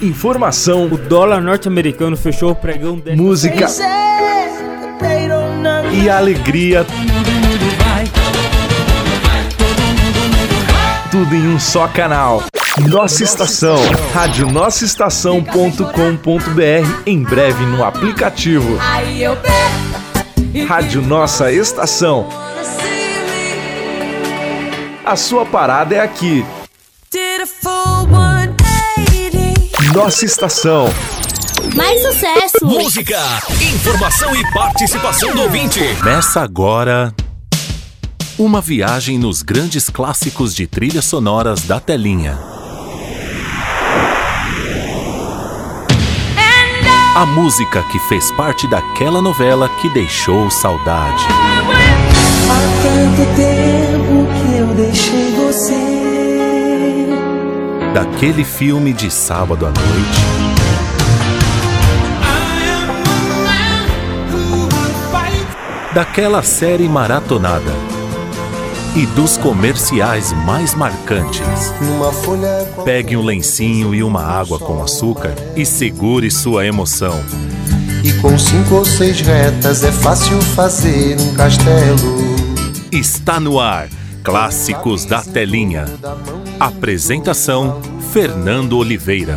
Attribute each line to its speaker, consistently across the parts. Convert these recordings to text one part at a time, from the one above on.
Speaker 1: informação,
Speaker 2: o dólar norte-americano fechou o pregão desta
Speaker 1: música e alegria. Tudo em um só canal. Nossa Estação, radionossaestação.com.br, em breve no aplicativo. Rádio Nossa Estação. A sua parada é aqui. Nossa Estação.
Speaker 3: Mais sucesso!
Speaker 4: Música, informação e participação do ouvinte.
Speaker 5: Começa agora uma viagem nos grandes clássicos de trilhas sonoras da telinha. A música que fez parte daquela novela que deixou saudade.
Speaker 6: Há tanto tempo que eu deixei você.
Speaker 5: Daquele filme de sábado à noite. Daquela série maratonada. E dos comerciais mais marcantes. Pegue um lencinho e uma água com açúcar e segure sua emoção.
Speaker 7: E com 5 ou 6 retas é fácil fazer um castelo.
Speaker 5: Está no ar, Clássicos da Telinha. Apresentação, Fernando Oliveira.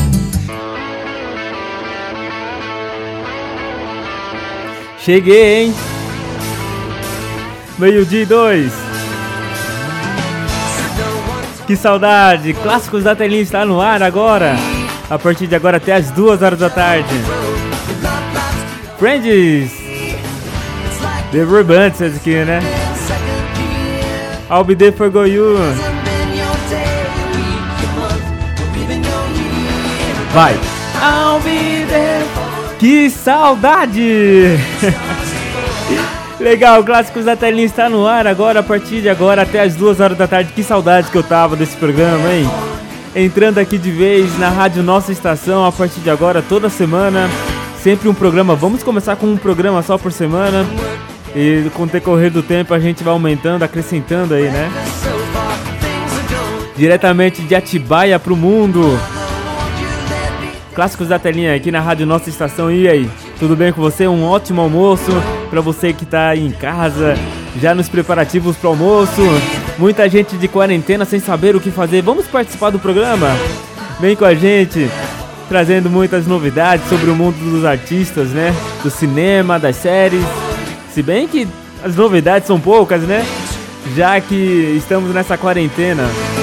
Speaker 2: Cheguei, hein? 12:02. Que saudade! Clássicos da Telinha está no ar agora. A partir de agora até as 2 horas da tarde. Friends! The Rebantes aqui, né? I'll be there for you. Vai! I'll be there. Que saudade! Legal, Clássicos da Telinha está no ar agora, a partir de agora até as 2 horas da tarde. Que saudade que eu tava desse programa, hein? Entrando aqui de vez na Rádio Nossa Estação, a partir de agora, toda semana. Sempre um programa, vamos começar com um programa só por semana. E com o decorrer do tempo a gente vai aumentando, acrescentando aí, né? Diretamente de Atibaia pro mundo. Clássicos da Telinha aqui na Rádio Nossa Estação. E aí, tudo bem com você? Um ótimo almoço pra você que tá aí em casa, já nos preparativos pro almoço. Muita gente de quarentena sem saber o que fazer. Vamos participar do programa? Vem com a gente, trazendo muitas novidades sobre o mundo dos artistas, né? Do cinema, das séries. Se bem que as novidades são poucas, né? Já que estamos nessa quarentena.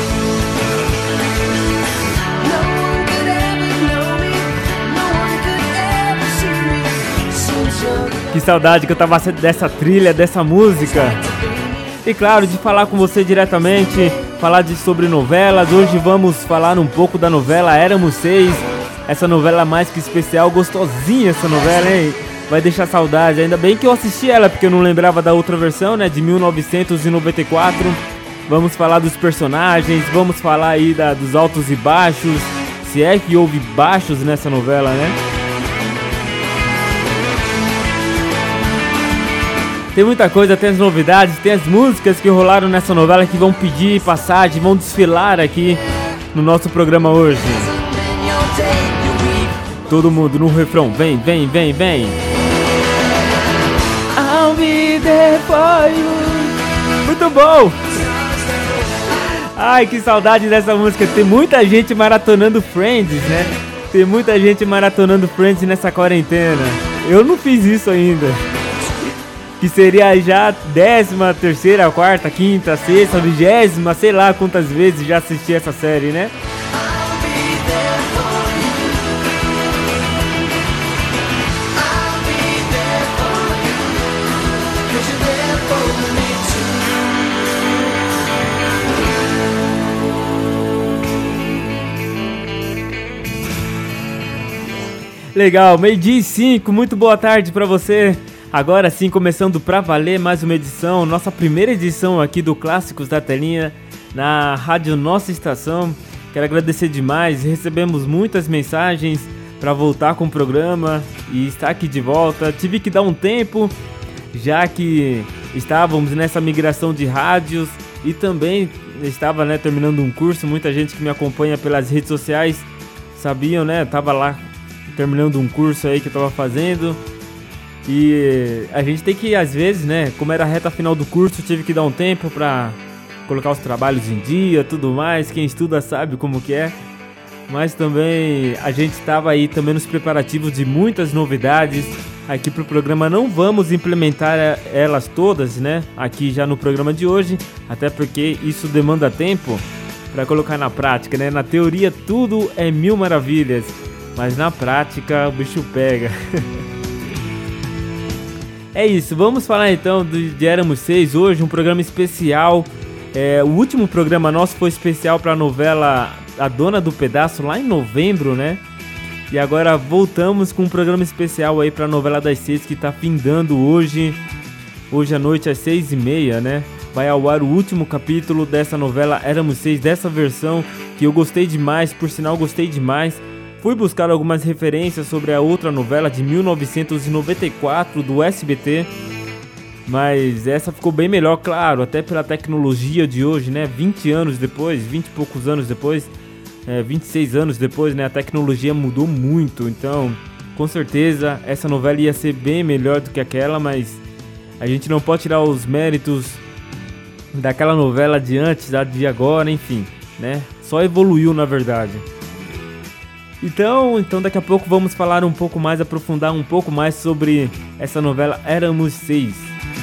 Speaker 2: Que saudade que eu tava dessa trilha, dessa música. E claro, de falar com você diretamente, falar sobre novelas. Hoje vamos falar um pouco da novela Éramos 6. Essa novela mais que especial, gostosinha essa novela, hein? Vai deixar saudade. Ainda bem que eu assisti ela, porque eu não lembrava da outra versão, né? De 1994. Vamos falar dos personagens, vamos falar aí dos altos e baixos. Se é que houve baixos nessa novela, né? Tem muita coisa, tem as novidades, tem as músicas que rolaram nessa novela que vão pedir passagem, vão desfilar aqui no nosso programa hoje. Todo mundo no refrão, vem, vem, vem, vem. I'll be there for you. Muito bom! Ai, que saudade dessa música. Tem muita gente maratonando Friends, né? Tem muita gente maratonando Friends nessa quarentena. Eu não fiz isso ainda. Que seria já 13ª, 4ª, 5ª, 6ª, 20ª, sei lá quantas vezes já assisti essa série, né? Legal, 12:05, muito boa tarde pra você. Agora sim, começando pra valer mais uma edição, nossa primeira edição aqui do Clássicos da Telinha, na Rádio Nossa Estação. Quero agradecer demais, recebemos muitas mensagens pra voltar com o programa e estar aqui de volta. Tive que dar um tempo, já que estávamos nessa migração de rádios e também estava terminando um curso. Muita gente que me acompanha pelas redes sociais sabiam, né? Tava lá terminando um curso aí que eu tava fazendo. E a gente tem que, às vezes, né? Como era a reta final do curso, tive que dar um tempo pra colocar os trabalhos em dia, tudo mais. Quem estuda sabe como que é. Mas também a gente estava aí também nos preparativos de muitas novidades aqui pro programa. Não vamos implementar elas todas, né? Aqui já no programa de hoje, até porque isso demanda tempo para colocar na prática, né? Na teoria tudo é mil maravilhas, mas na prática o bicho pega. É isso, vamos falar então de Éramos Seis hoje, um programa especial. O último programa nosso foi especial para a novela A Dona do Pedaço, lá em novembro, né? E agora voltamos com um programa especial aí para a novela das seis, que tá findando hoje à noite às 6h30, né? Vai ao ar o último capítulo dessa novela Éramos Seis, dessa versão que eu gostei demais, por sinal gostei demais. Fui buscar algumas referências sobre a outra novela de 1994 do SBT, mas essa ficou bem melhor, claro, até pela tecnologia de hoje, né? 20 anos depois, 20 e poucos anos depois, 26 anos depois, né? A tecnologia mudou muito, então com certeza essa novela ia ser bem melhor do que aquela, mas a gente não pode tirar os méritos daquela novela de antes, da de agora, enfim, né? Só evoluiu na verdade. Então daqui a pouco vamos falar um pouco mais, aprofundar um pouco mais sobre essa novela Éramos Seis.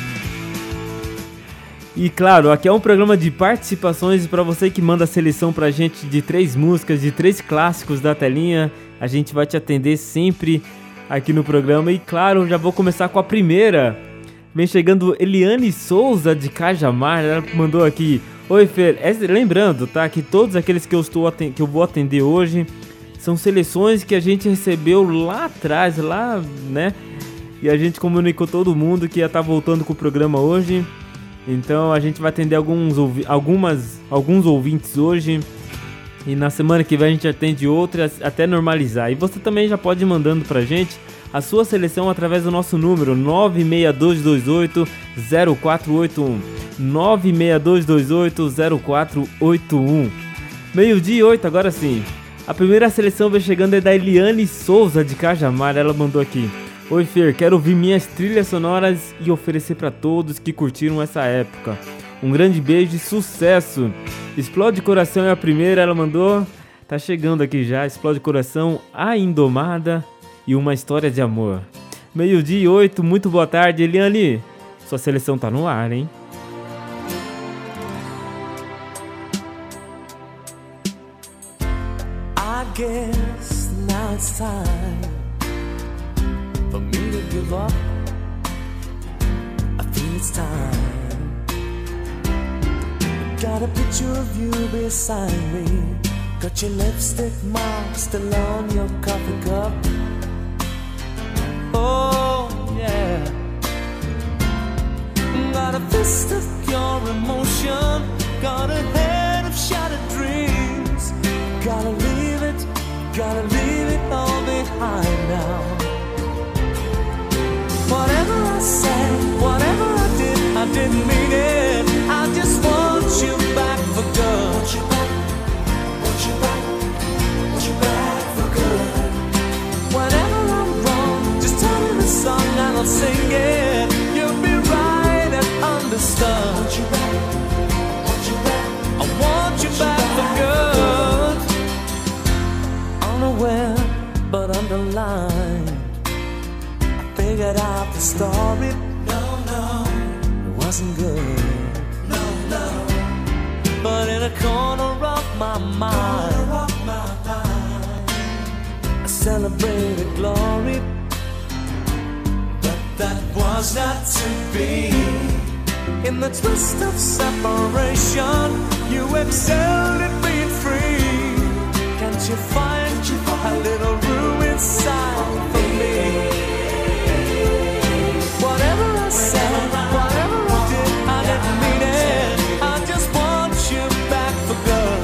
Speaker 2: E claro, aqui é um programa de participações, para você que manda a seleção pra gente de 3 músicas, de 3 clássicos da telinha, a gente vai te atender sempre aqui no programa. E claro, já vou começar com a primeira. Vem chegando Eliane Souza de Cajamar, ela mandou aqui: oi Fer, lembrando, tá, que todos aqueles que eu vou atender hoje são seleções que a gente recebeu lá atrás, lá, né? E a gente comunicou todo mundo que ia estar voltando com o programa hoje. Então a gente vai atender alguns ouvintes hoje. E na semana que vem a gente atende outras até normalizar. E você também já pode ir mandando pra gente a sua seleção através do nosso número 96228-0481. 96228-0481. 12h08, agora sim. A primeira seleção vem chegando é da Eliane Souza de Cajamar. Ela mandou aqui: oi Fer, quero ouvir minhas trilhas sonoras e oferecer para todos que curtiram essa época. Um grande beijo e sucesso. Explode Coração é a primeira, ela mandou. Tá chegando aqui já. Explode Coração, A Indomada e Uma História de Amor. 12h08, muito boa tarde, Eliane. Sua seleção tá no ar, hein?
Speaker 6: I guess now it's time for me to give up. I feel it's time. Got a picture of you beside me. Got your lipstick mark still on your coffee cup. Oh yeah. Got a fist of pure emotion. Got a head of shattered dreams. Gotta leave it all behind now. Whatever I said, whatever I didn't mean it. I just want you back for good. Want you back for good. Whenever I'm wrong, just tell me the song and I'll sing it. You'll be right and understood. Want you back. I want you back for good. Unaware but underlined, I figured out the story. No, it wasn't good. No, but in a corner of my mind, I celebrated glory. But that was not to be. In the twist of separation, you excelled at being free. Can't you find a little room inside for me? Whatever I said, whatever I didn't mean it. I just want you back for good.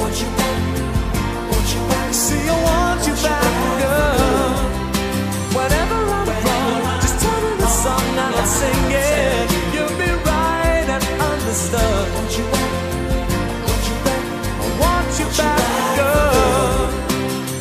Speaker 6: See, I want you back for good. Whenever I'm wrong, just tell me the song and I'll sing it. You'll be right and understood. I want you back for good.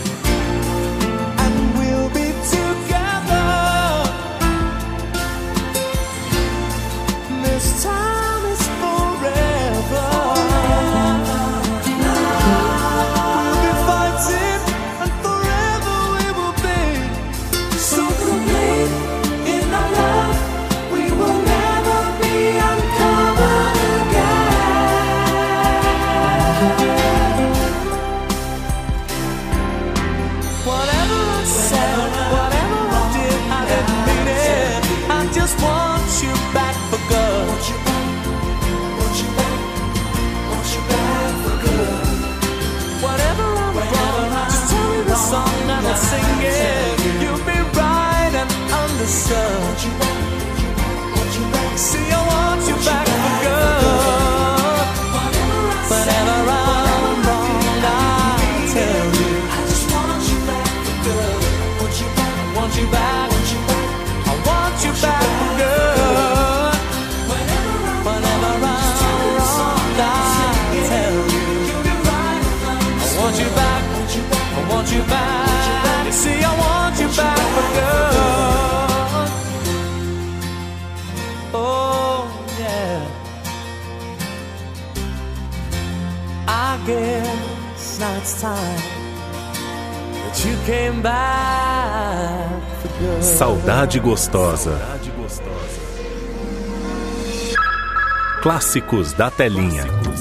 Speaker 6: you back. You see, I want you back for good. Oh yeah, I guess now it's time that you came back for good.
Speaker 5: Saudade Gostosa. Clássicos da Telinha.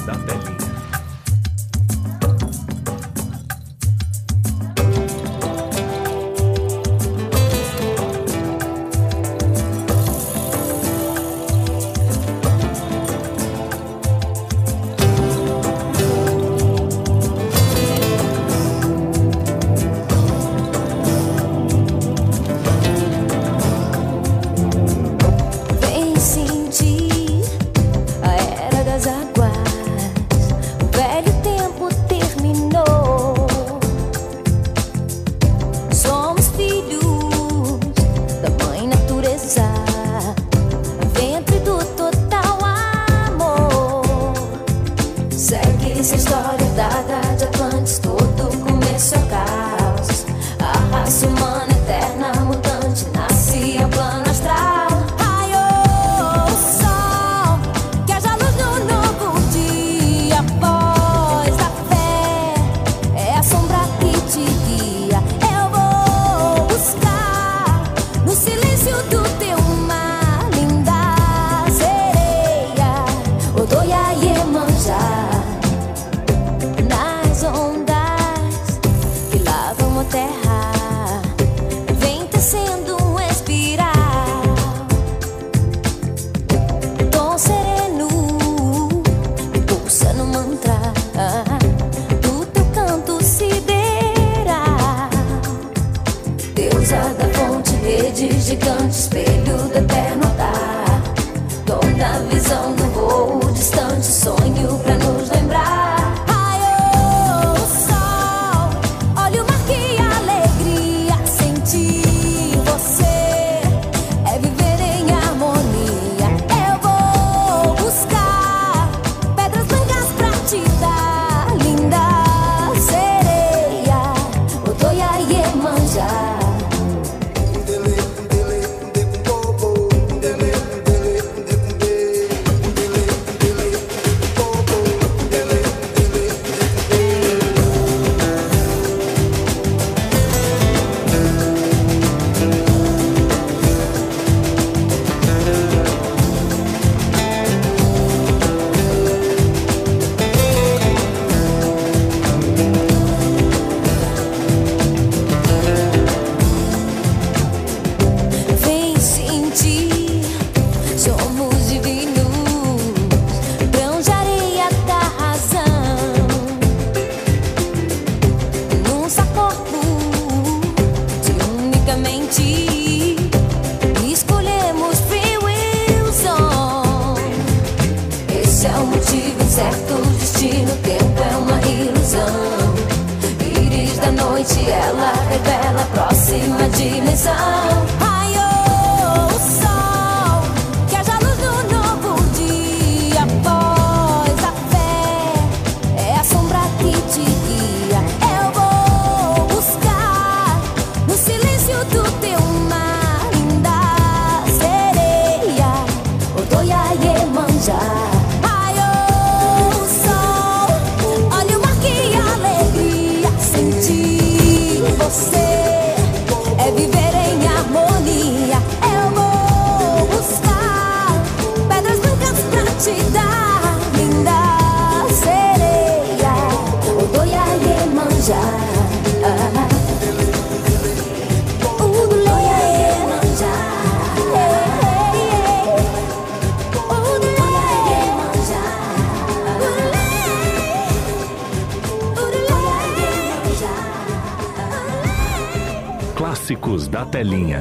Speaker 5: Clássicos da Telinha.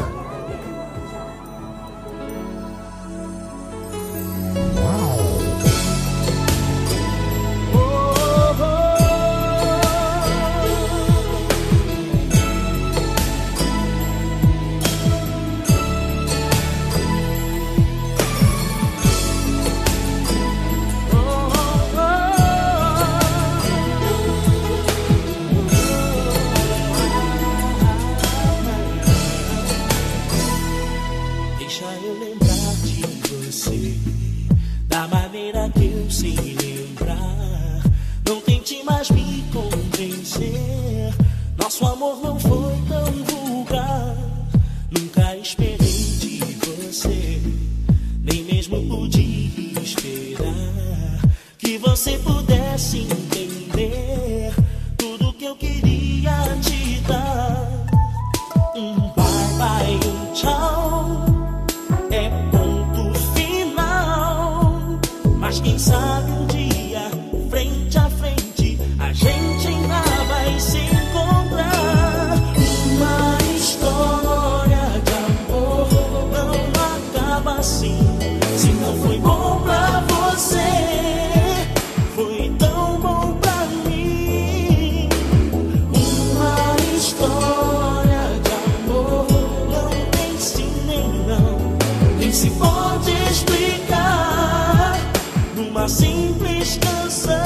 Speaker 6: Nosso amor não foi tão vulgar. Nunca esperei de você, nem mesmo podia esperar que você pudesse entender tudo que eu queria te dar. Bye bye, tchau, é ponto final. Mas quem sabe um dia, frente a frente, a gente ainda vai se encontrar. Uma história de amor não acaba assim. Se não foi bom pra você, foi tão bom pra mim. Uma história de amor não tem sim nem não, nem se pode explicar numa simples canção.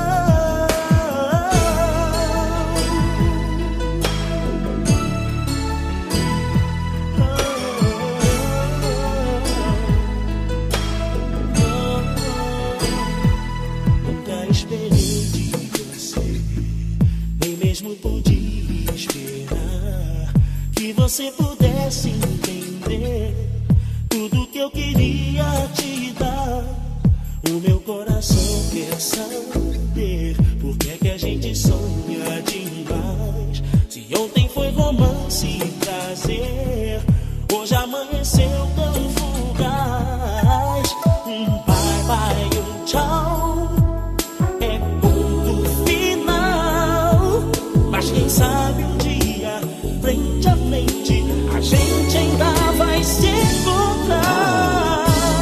Speaker 6: Nunca esperei de você, nem mesmo podia esperar que você pudesse entender tudo que eu queria te dar. O meu coração quer saber por que é que a gente sonha demais. Se ontem foi romance e prazer, hoje amanheceu tão fugaz. Bye bye, tchau, é ponto final. Mas quem sabe um dia, frente a frente, a gente ainda vai se encontrar.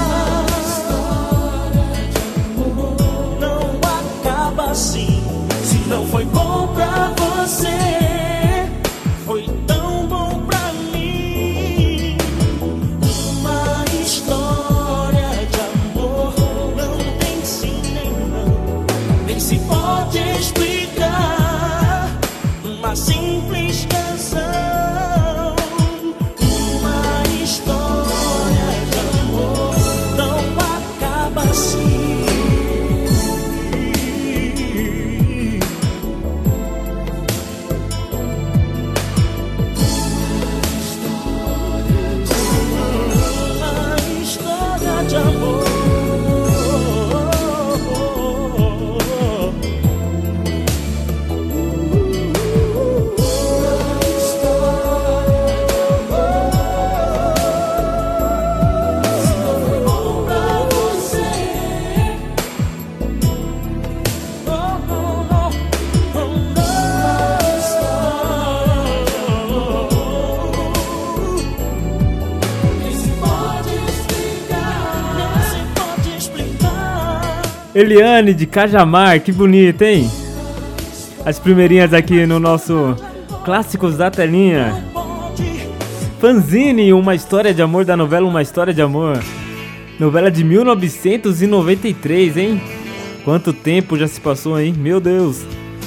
Speaker 6: Não acaba assim. Se não foi bom pra você, foi tão bom pra mim. Uma história de amor não tem sim nem não, nem se pode explicar uma simples canção. Uma história de amor não acaba assim. De amor, se não foi bom pra você, oh, oh, oh, oh, nem se pode explicar, nem se pode explicar.
Speaker 2: Eliane de Cajamar, que bonita, hein? As primeirinhas aqui no nosso Clássicos da Telinha. Fanzine, uma história de amor da novela Uma História de Amor. Novela de 1993, hein? Quanto tempo já se passou, hein? Meu Deus.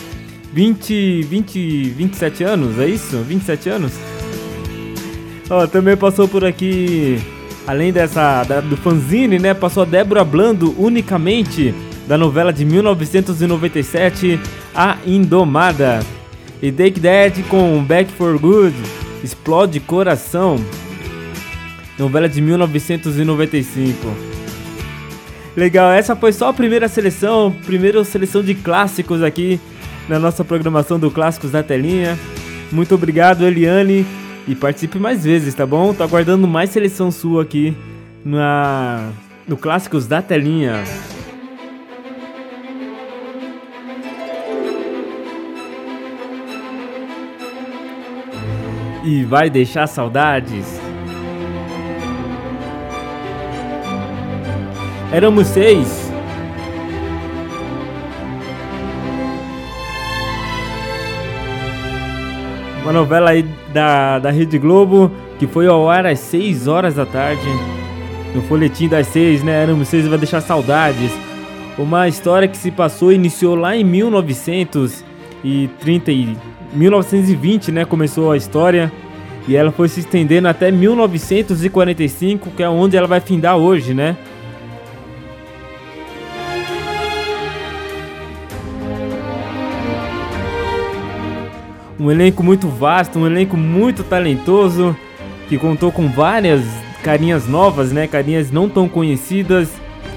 Speaker 2: 27 anos, é isso? 27 anos? Ó, também passou por aqui, além do fanzine, né? Passou a Débora Blando, Unicamente, da novela de 1997, A Indomada. E Take That com Back for Good, Explode Coração, novela de 1995. Legal, essa foi só a primeira seleção de clássicos aqui na nossa programação do Clássicos da Telinha. Muito obrigado, Eliane, e participe mais vezes, tá bom? Tô aguardando mais seleção sua aqui no Clássicos da Telinha. E vai deixar saudades. Éramos 6. Uma novela aí da Rede Globo, que foi ao ar às 6 horas da tarde. No folhetim das 6, né? Éramos 6 e vai deixar saudades. Uma história que se passou, iniciou lá em 1920, né? Começou a história. E ela foi se estendendo até 1945, que é onde ela vai findar hoje, né? Um elenco muito vasto, um elenco muito talentoso, que contou com várias carinhas novas, né? Carinhas não tão conhecidas,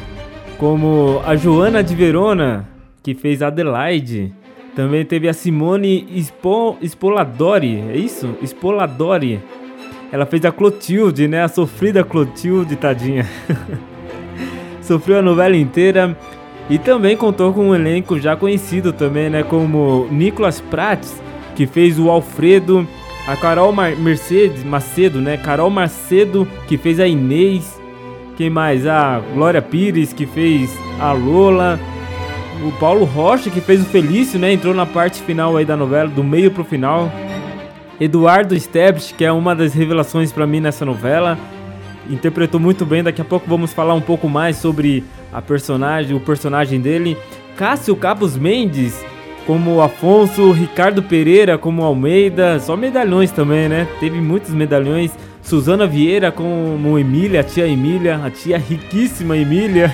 Speaker 2: como a Joana de Verona, que fez Adelaide. Também teve a Simone Spoladori, é isso? Spoladori. Ela fez a Clotilde, né? A sofrida Clotilde, tadinha. Sofreu a novela inteira. E também contou com um elenco já conhecido também, né? Como Nicolas Prats, que fez o Alfredo. A Carol Macedo, né? Carol Macedo, que fez a Inês. Quem mais? A Glória Pires, que fez a Lola. O Paulo Rocha, que fez o Felício, né? Entrou na parte final aí da novela, do meio pro final. Eduardo Stebbs, que é uma das revelações pra mim nessa novela. Interpretou muito bem. Daqui a pouco vamos falar um pouco mais sobre o personagem dele. Cássio Cabos Mendes como Afonso, Ricardo Pereira como Almeida, só medalhões também, né? Teve muitos medalhões. Suzana Vieira como Emília, a tia riquíssima Emília.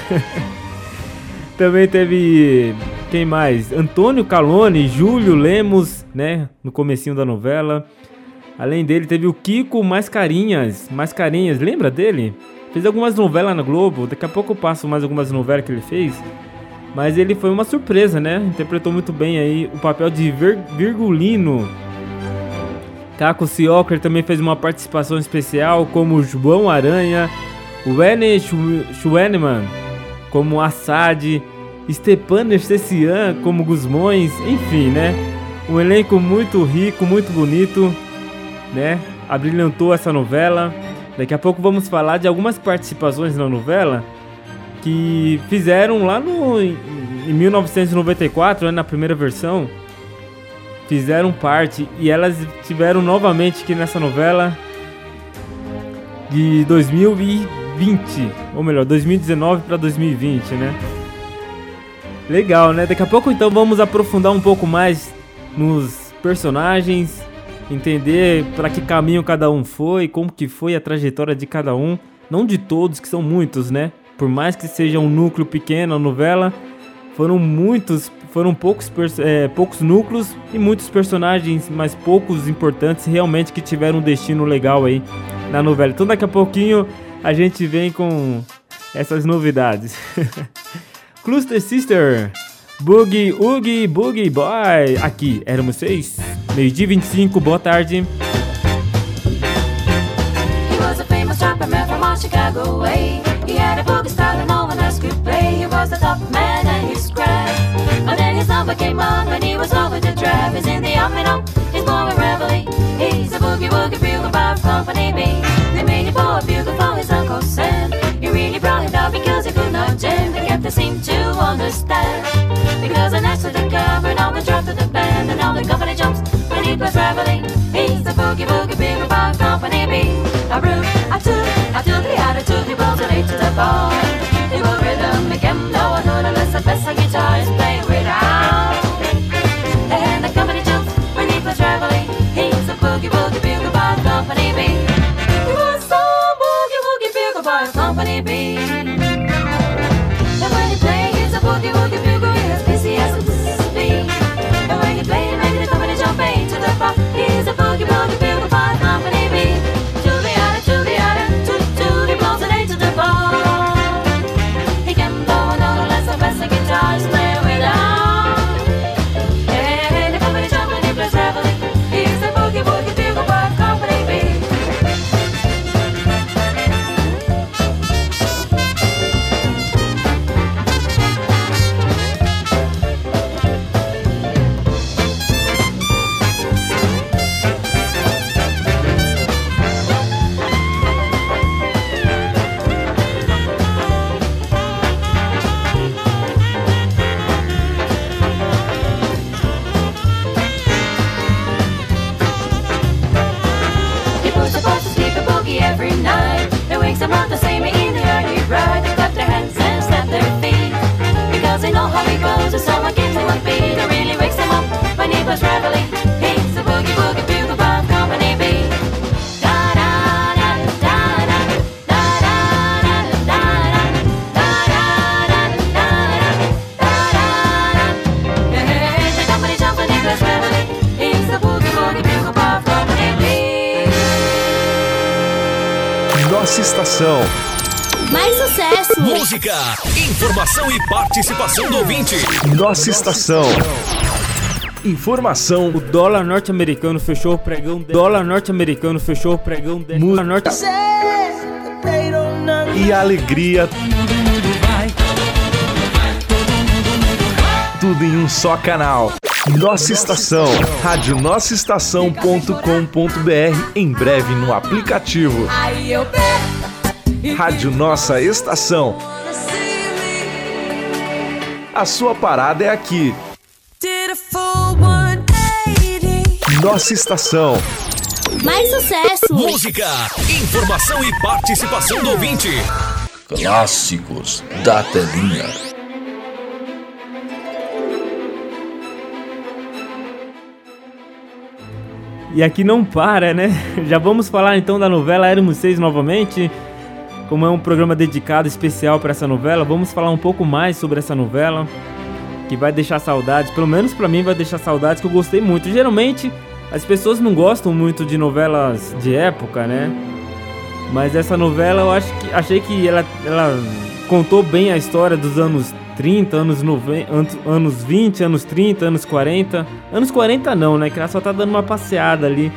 Speaker 2: Também teve, quem mais? Antônio Calone, Júlio Lemos, né? No comecinho da novela. Além dele teve o Kiko Mascarinhas, lembra dele? Fez algumas novelas na Globo, daqui a pouco eu passo mais algumas novelas que ele fez. Mas ele foi uma surpresa, né? Interpretou muito bem aí o papel de Virgulino. Caco Ciocker também fez uma participação especial como João Aranha. O Ene Schwennemann como Assad. Stepan Ercecian como Gusmões. Enfim, né? Um elenco muito rico, muito bonito, né? Abrilhantou essa novela. Daqui a pouco vamos falar de algumas participações na novela que fizeram lá em 1994, né, na primeira versão, fizeram parte, e elas tiveram novamente aqui nessa novela de 2020, ou melhor, 2019 para 2020, né? Legal, né? Daqui a pouco então vamos aprofundar um pouco mais nos personagens, entender para que caminho cada um foi, como que foi a trajetória de cada um, não de todos, que são muitos, né? Por mais que seja um núcleo pequeno a novela, foram poucos núcleos e muitos personagens, mas poucos importantes realmente que tiveram um destino legal aí na novela. Então daqui a pouquinho a gente vem com essas novidades. Cluster Sister, Boogie Oogie Boogie Boy, aqui éramos 6, meio-dia 25, boa tarde.
Speaker 8: Chicago way. He had a boogie style that no one else could play. He was the top man and his craft. But then his number came on when he was over the draft. He's in the army now, he's moving reveille. He's a boogie woogie bugle by Company B. They made him for a bugle for his Uncle Sam. He really brought him down because he could not jam. The captain seemed to understand, because the next to the cover and all the drop to the band. And all the company jumps when he plays reveille. He's the boogie woogie bugle by Company B. A root, a toot, a toot, the attitude, he blows it eight to the ball. He will rhythm again, no one knows unless the best guitar is playing without. And the company jumps when he plays reveille. He's a boogie woogie bugle by Company B. He was so boogie woogie bugle by Company B. And when he plays, he's a boogie woogie bugle, he has busy as a speed. And when he plays, making the company jump eight to the ball. He's a boogie woogie bugle by Company B. He's the boogie
Speaker 1: Nossa estação.
Speaker 3: Mais sucesso.
Speaker 4: Música, informação e participação do ouvinte.
Speaker 1: Nossa estação. Informação.
Speaker 2: O dólar norte-americano fechou o pregão. Dólar norte-americano fechou o pregão. Dólar norte.
Speaker 1: E alegria. Tudo em um só canal. Nossa estação. Rádio nossaestação.com.br. Em breve no aplicativo. Rádio Nossa Estação. A sua parada é aqui. Nossa estação.
Speaker 3: Mais sucesso.
Speaker 4: Música, informação e participação do ouvinte.
Speaker 9: Clássicos da telinha.
Speaker 2: E aqui não para, né? Já vamos falar então da novela Éramos Seis novamente. Como é um programa dedicado especial para essa novela, vamos falar um pouco mais sobre essa novela, que vai deixar saudades, pelo menos pra mim vai deixar saudades, que eu gostei muito. Geralmente as pessoas não gostam muito de novelas de época, né? Mas essa novela eu achei que ela contou bem a história dos anos 30, anos 90, anos 20, anos 30, anos 40. Anos 40 não, né? Que ela só tá dando uma passeada ali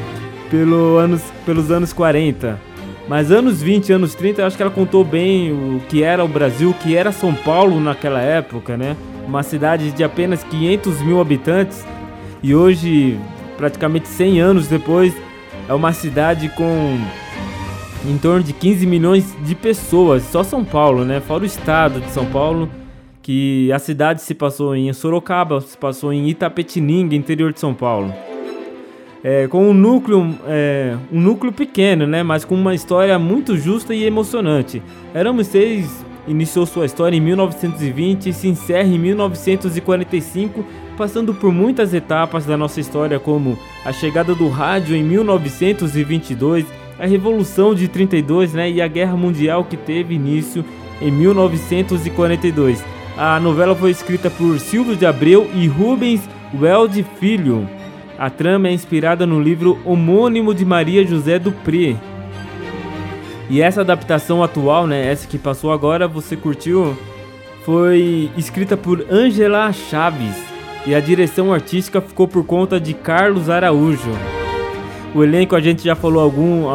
Speaker 2: pelos anos 40. Mas anos 20, anos 30, eu acho que ela contou bem o que era o Brasil, o que era São Paulo naquela época, né? Uma cidade de apenas 500 mil habitantes. E hoje, praticamente 100 anos depois, é uma cidade com em torno de 15 milhões de pessoas. Só São Paulo, né? Fora o estado de São Paulo, que a cidade se passou em Sorocaba, se passou em Itapetininga, interior de São Paulo. Com um núcleo pequeno, né? Mas com uma história muito justa e emocionante. Éramos Seis iniciou sua história em 1920 e se encerra em 1945, passando por muitas etapas da nossa história, como a chegada do rádio em 1922, a Revolução de 32, né? E a Guerra Mundial, que teve início em 1942. A novela foi escrita por Silvio de Abreu e Rubens Weld Filho. A trama é inspirada no livro homônimo de Maria José Dupré. E essa adaptação atual, né, essa que passou agora, você curtiu? Foi escrita por Ângela Chaves e a direção artística ficou por conta de Carlos Araújo. O elenco, a gente já falou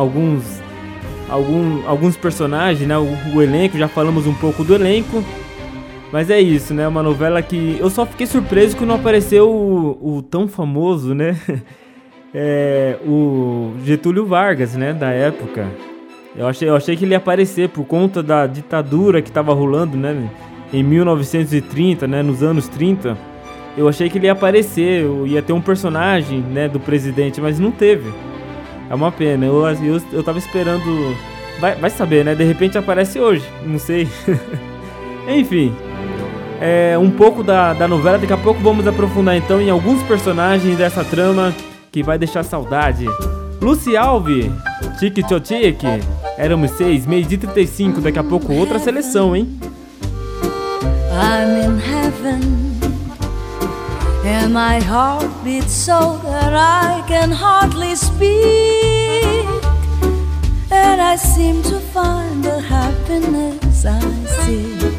Speaker 2: alguns personagens, né? O elenco, já falamos um pouco do elenco. Mas é isso, né? Uma novela que eu só fiquei surpreso que não apareceu o tão famoso, né? O Getúlio Vargas, né? Da época. Eu achei que ele ia aparecer por conta da ditadura que estava rolando, né? Em 1930, né? Nos anos 30. Eu achei que ele ia aparecer, ia ter um personagem, né? Do presidente, mas não teve. É uma pena. Eu tava esperando... Vai saber, né? De repente aparece hoje. Não sei. Enfim. Um pouco da novela. Daqui a pouco vamos aprofundar então em alguns personagens dessa trama que vai deixar saudade. Lucy Alves, Tique Tchotique, Éramos Seis, 12h35. Daqui a pouco outra seleção, hein?
Speaker 10: I'm in heaven and my heart beats so that I can hardly speak, and I seem to find the happiness I seek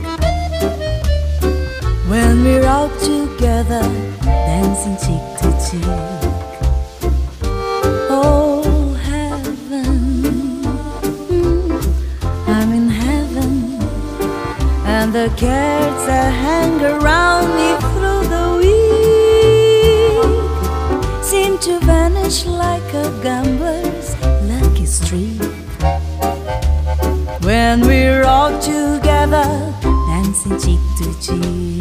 Speaker 10: when we're out together, dancing cheek to cheek. Oh, heaven, I'm in heaven, and the cares that hang around me through the week seem to vanish like a gambler's lucky streak when we're all together, dancing cheek to cheek.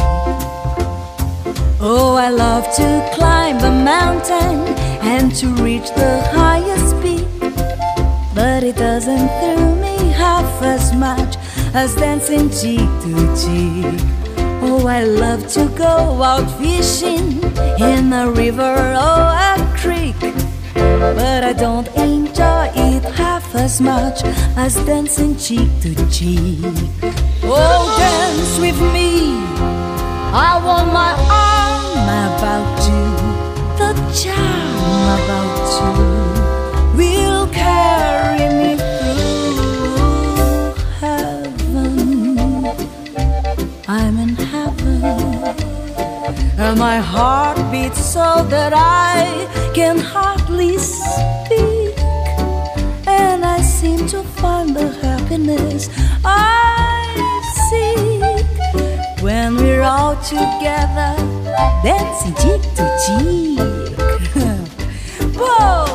Speaker 10: Oh, I love to climb a mountain and to reach the highest peak, but it doesn't thrill me half as much as dancing cheek to cheek. Oh, I love to go out fishing in a river or a creek, but I don't enjoy it half as much as dancing cheek to cheek. Oh, dance with me, I want my arm about you, the charm about you will carry me through. my heart beats so that I can hardly speak, and I seem to find the happiness I seek when we're all together, dancing cheek to cheek. Whoa!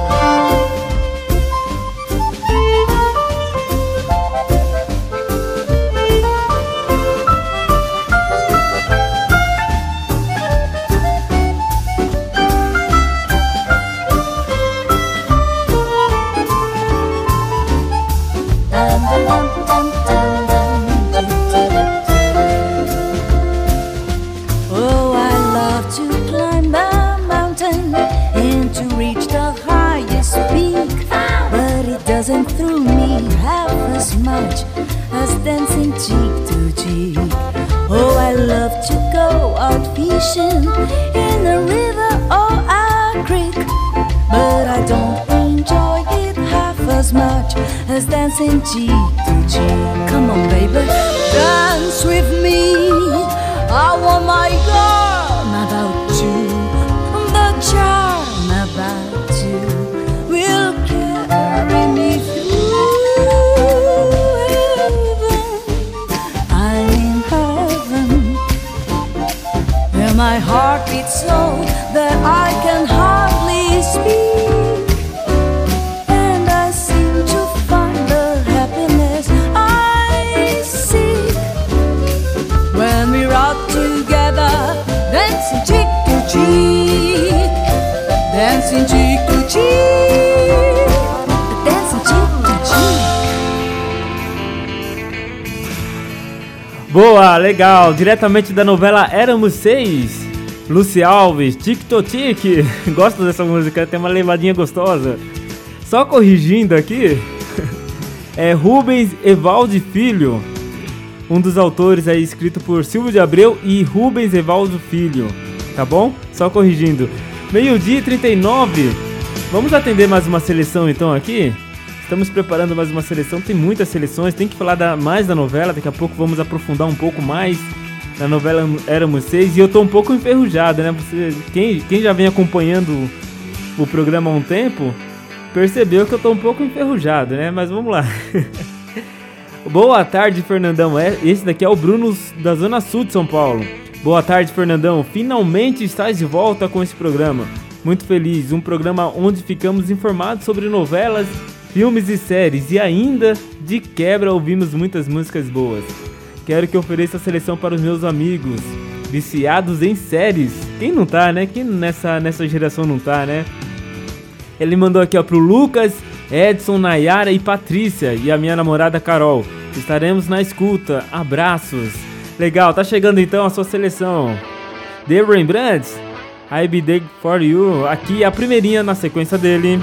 Speaker 10: Doesn't thrill me half as much as dancing cheek to cheek. Oh, I love to go out fishing in a river or a creek, but I don't enjoy it half as much as dancing cheek to cheek. Come on, baby, dance with me. I want my arm about you, the charm about you will carry me through heaven. I'm in heaven, and my heart beats so that I can hardly speak, and I seem to find the happiness I seek when we're out together, dancing cheek to cheek, dancing cheek to cheek, dancing cheek to cheek.
Speaker 2: Boa, legal, diretamente da novela Éramos Seis, Lucy Alves, Tic to Tic. Gosto dessa música, tem uma levadinha gostosa. Só corrigindo aqui, é Rubens Evaldo Filho, um dos autores aí, escrito por Silvio de Abreu e Rubens Evaldo Filho, tá bom? Só corrigindo. 12h39, vamos atender mais uma seleção então aqui? Estamos preparando mais uma seleção, tem muitas seleções, tem que falar mais da novela, daqui a pouco vamos aprofundar um pouco mais na novela Éramos Seis, e eu tô um pouco enferrujado, né? Quem já vem acompanhando o programa há um tempo, percebeu que eu tô um pouco enferrujado, né? Mas vamos lá. Boa tarde, Fernandão. Esse daqui é o Bruno da Zona Sul de São Paulo. Boa tarde, Fernandão. Finalmente estás de volta com esse programa. Muito feliz. Um programa onde ficamos informados sobre novelas, filmes e séries. E ainda, de quebra, ouvimos muitas músicas boas. Quero que ofereça a seleção para os meus amigos viciados em séries. Quem não tá, né? Quem nessa geração não tá, né? Ele mandou aqui, ó, pro Lucas, Edson, Nayara e Patrícia e a minha namorada Carol. Estaremos na escuta. Abraços. Legal, tá chegando então a sua seleção. The Rembrandts, I Be There For You. Aqui a primeirinha na sequência dele.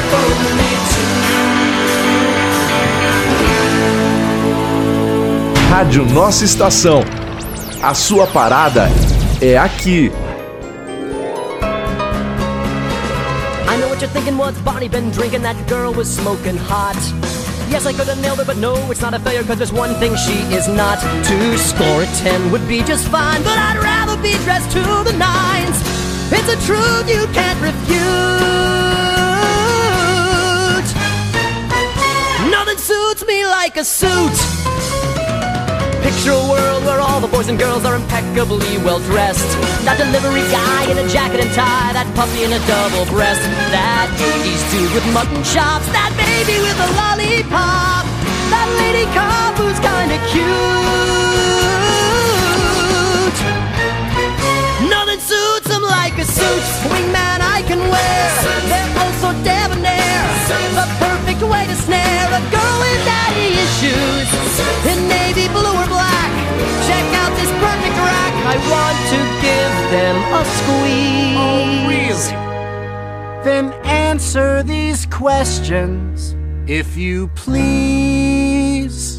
Speaker 1: Rádio Nossa Estação. A sua parada é aqui.
Speaker 11: I know what you're thinking, what's Bonnie been drinking? That girl was smoking hot. Yes, I could have nailed her, but no, it's not a failure, cause there's one thing she is not. To score a 10 would be just fine, but I'd rather be dressed to the nines. It's a truth you can't refute. Nothing suits me like a suit. Picture a world where all the boys and girls are impeccably well dressed. That delivery guy in a jacket and tie, that puppy in a double breast, that 80s dude with mutton chops, that baby with a lollipop, that lady cop who's kinda cute. Nothing suits them like a suit. Wingman I can wear, they're oh so debonair, the perfect way to snare a girl in daddy issues, in navy blue or black. Check out this perfect rack. I want to give them a squeeze.
Speaker 12: Oh, really? Then answer these questions, if you please.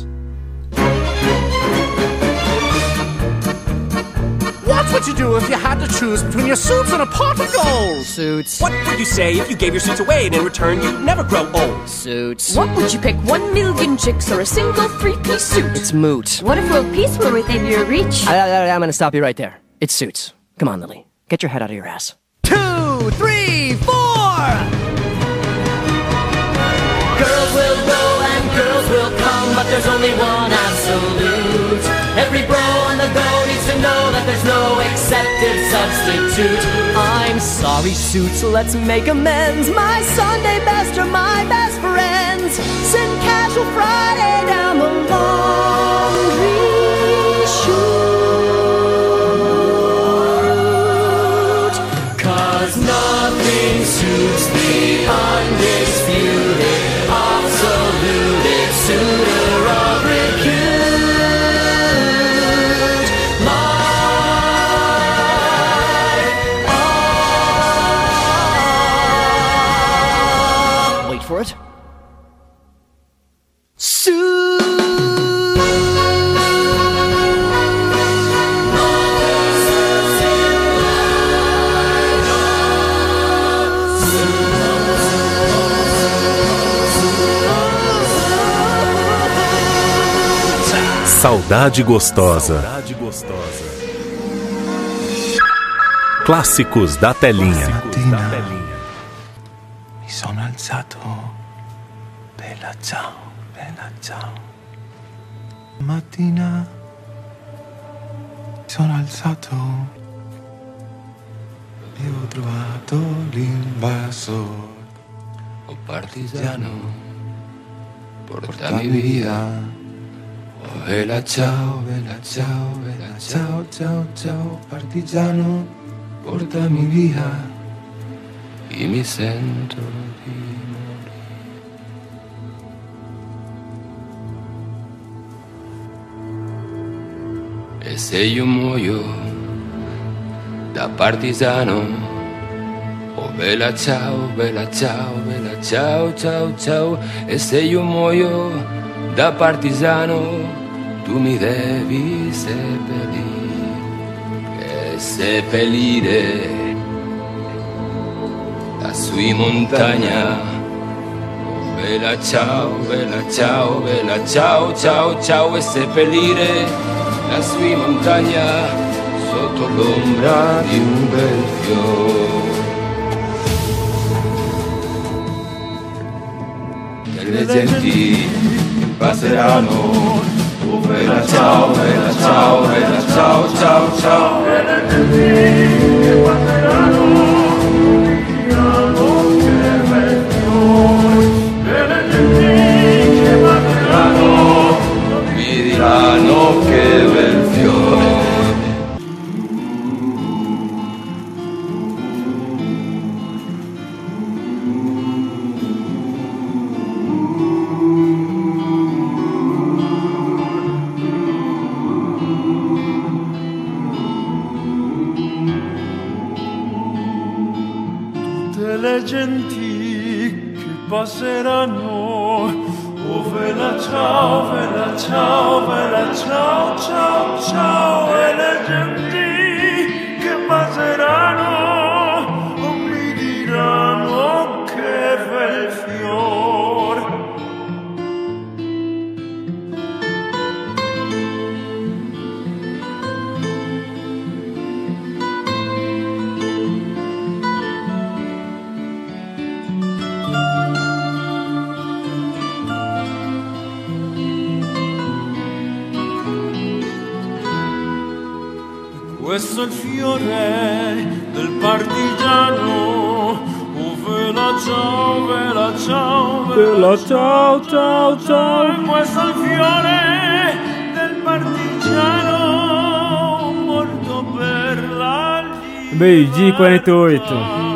Speaker 12: What would you do if you had to choose between your suits and a pot of gold?
Speaker 11: Suits.
Speaker 13: What would you say if you gave your suits away and in return you'd never grow old?
Speaker 11: Suits.
Speaker 14: What would you pick, 1 million chicks or a single 3-piece suit?
Speaker 11: It's moot.
Speaker 14: What if world peace were within your reach?
Speaker 11: I'm gonna stop you right there. It's suits. Come on, Lily. Get your head out of your ass. 2, 3, 4! Girls will go and girls will come, but there's only one absolute. Every bro on the go needs to know that there's no accepted substitute. I'm sorry, suits, let's make amends. My Sunday best are my best friends. Send Casual Friday down the laundry chute. 'Cause nothing suits the undisputed, absolute suitor of repute. For it.
Speaker 5: Saudade Gostosa. Clássicos da telinha.
Speaker 15: Mi sono alzato, bella ciao, bella ciao. Mattina mi sono alzato e ho trovato l'invasor.
Speaker 16: Oh partigiano, portami via. Oh bella ciao, bella ciao, bella ciao, ciao, ciao. Partigiano, portami via. E mi sento di morire. E se io muoio da partigiano, oh bella ciao, bella ciao, bella ciao, ciao, ciao. E se io muoio da partigiano, tu mi devi seppellire. E seppellire lassù in montagna. Oh bella ciao, bella ciao, bella ciao, ciao, ciao. E seppellire lassù in montagna sotto l'ombra di un bel fiore. E le genti passeranno. Oh bella ciao, bella ciao, bella ciao, ciao, ciao. E le genti passeranno. Mi diranno che bel fiore.
Speaker 6: passeranno. Oh vela ciao, vela ciao, vela ciao, ciao, ciao. E le genti che passeranno mi diranno che bel fior. Questo è il fiore del partigiano. Oh vela ciao, vela ciao,
Speaker 2: vela ciao, ciao, ciao.
Speaker 6: Questo è il fiore del partigiano morto per la libertà.
Speaker 2: Meio-dia 48.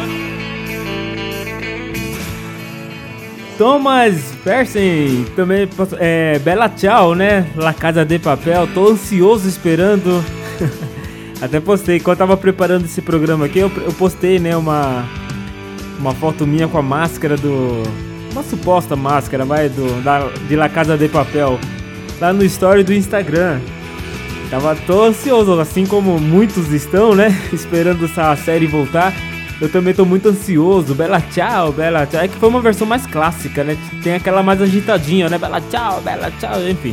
Speaker 2: Thomas Persen também Bela Tchau, né? La Casa de Papel. Tô ansioso esperando. Até postei, quando eu tava preparando esse programa aqui, eu postei, né, uma foto minha com a máscara uma suposta máscara, de La Casa de Papel, lá no story do Instagram. Tô ansioso, assim como muitos estão, né, esperando essa série voltar. Eu também tô muito ansioso. Bela Tchau, Bela Tchau. É que foi uma versão mais clássica, né, tem aquela mais agitadinha, né, Bela Tchau, enfim.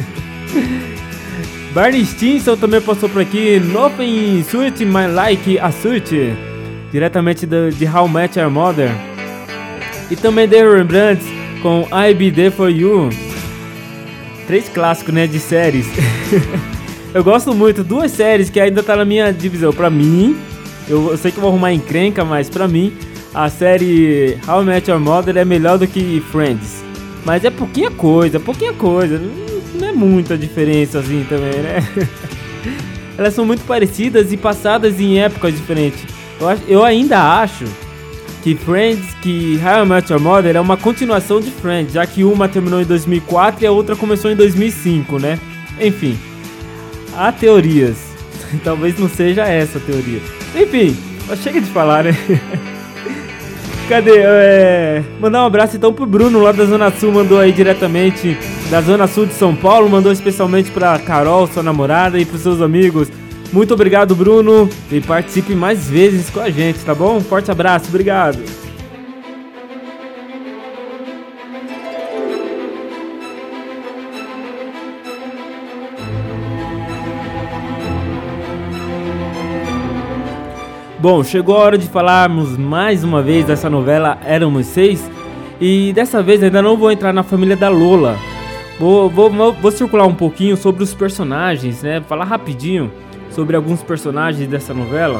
Speaker 2: Barney Stinson também passou por aqui. Nothing Sweet My Like a Sweet, diretamente de How I Met Your Mother. E também The Rembrandts com I'll Be There For You. 3 clássicos, né, de séries. Eu gosto muito, 2 séries que ainda tá na minha divisão. Pra mim, eu sei que eu vou arrumar encrenca, mas pra mim a série How I Met Your Mother é melhor do que Friends. Mas é pouquinha coisa. Não é muita diferença assim também, né? Elas são muito parecidas e passadas em épocas diferentes. Eu ainda acho que How I Met Your Mother é uma continuação de Friends, já que uma terminou em 2004 e a outra começou em 2005, né? Enfim, há teorias. Talvez não seja essa a teoria. Enfim, chega de falar, né? Cadê? Mandar um abraço então pro Bruno lá da Zona Sul, mandou aí diretamente da Zona Sul de São Paulo, mandou especialmente pra Carol, sua namorada, e pros seus amigos. Muito obrigado, Bruno, e participe mais vezes com a gente, tá bom? Um forte abraço, obrigado. Bom, chegou a hora de falarmos mais uma vez dessa novela Éramos Seis. E dessa vez ainda não vou entrar na família da Lola. Vou circular um pouquinho sobre os personagens, né? Falar rapidinho sobre alguns personagens dessa novela.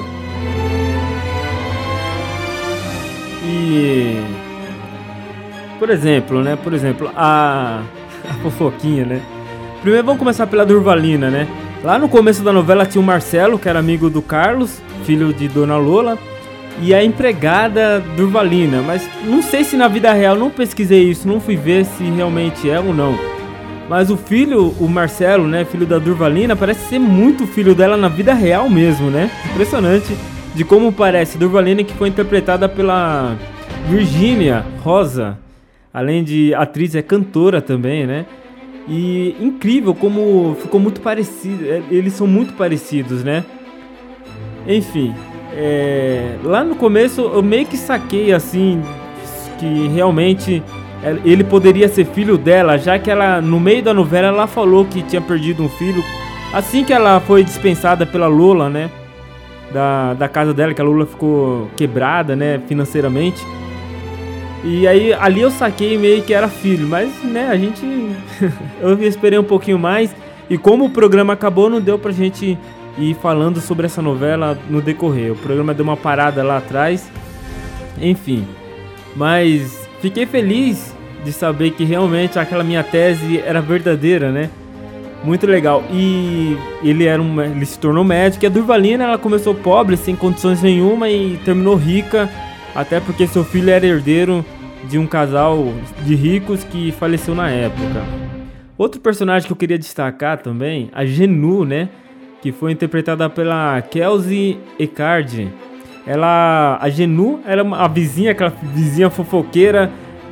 Speaker 2: E... Por exemplo, a fofoquinha, né? Primeiro vamos começar pela Durvalina, né? Lá no começo da novela tinha o Marcelo, que era amigo do Carlos, filho de Dona Lola, e a empregada Durvalina, mas não sei se na vida real, não pesquisei isso, não fui ver se realmente é ou não. Mas o Marcelo, né, filho da Durvalina, parece ser muito filho dela na vida real mesmo, né? Impressionante de como parece. Durvalina, que foi interpretada pela Virgínia Rosa, além de atriz, é cantora também, né? E incrível como ficou muito parecido, eles são muito parecidos, né? Enfim, lá no começo eu meio que saquei assim, que realmente ele poderia ser filho dela, já que ela, no meio da novela, ela falou que tinha perdido um filho, assim que ela foi dispensada pela Lola, né? Da casa dela, que a Lola ficou quebrada, né, financeiramente. E aí, ali eu saquei meio que era filho, mas, né, a gente... eu esperei um pouquinho mais, e como o programa acabou, não deu pra gente ir falando sobre essa novela no decorrer. O programa deu uma parada lá atrás, enfim. Mas fiquei feliz de saber que realmente aquela minha tese era verdadeira, né? Muito legal. E ele se tornou médico, e a Durvalina, ela começou pobre, sem condições nenhuma, e terminou rica, até porque seu filho era herdeiro de um casal de ricos que faleceu na época. Outro personagem que eu queria destacar também, a Genu, né? Que foi interpretada pela Kelsey Ecardi. A Genu era a vizinha, aquela vizinha fofoqueira,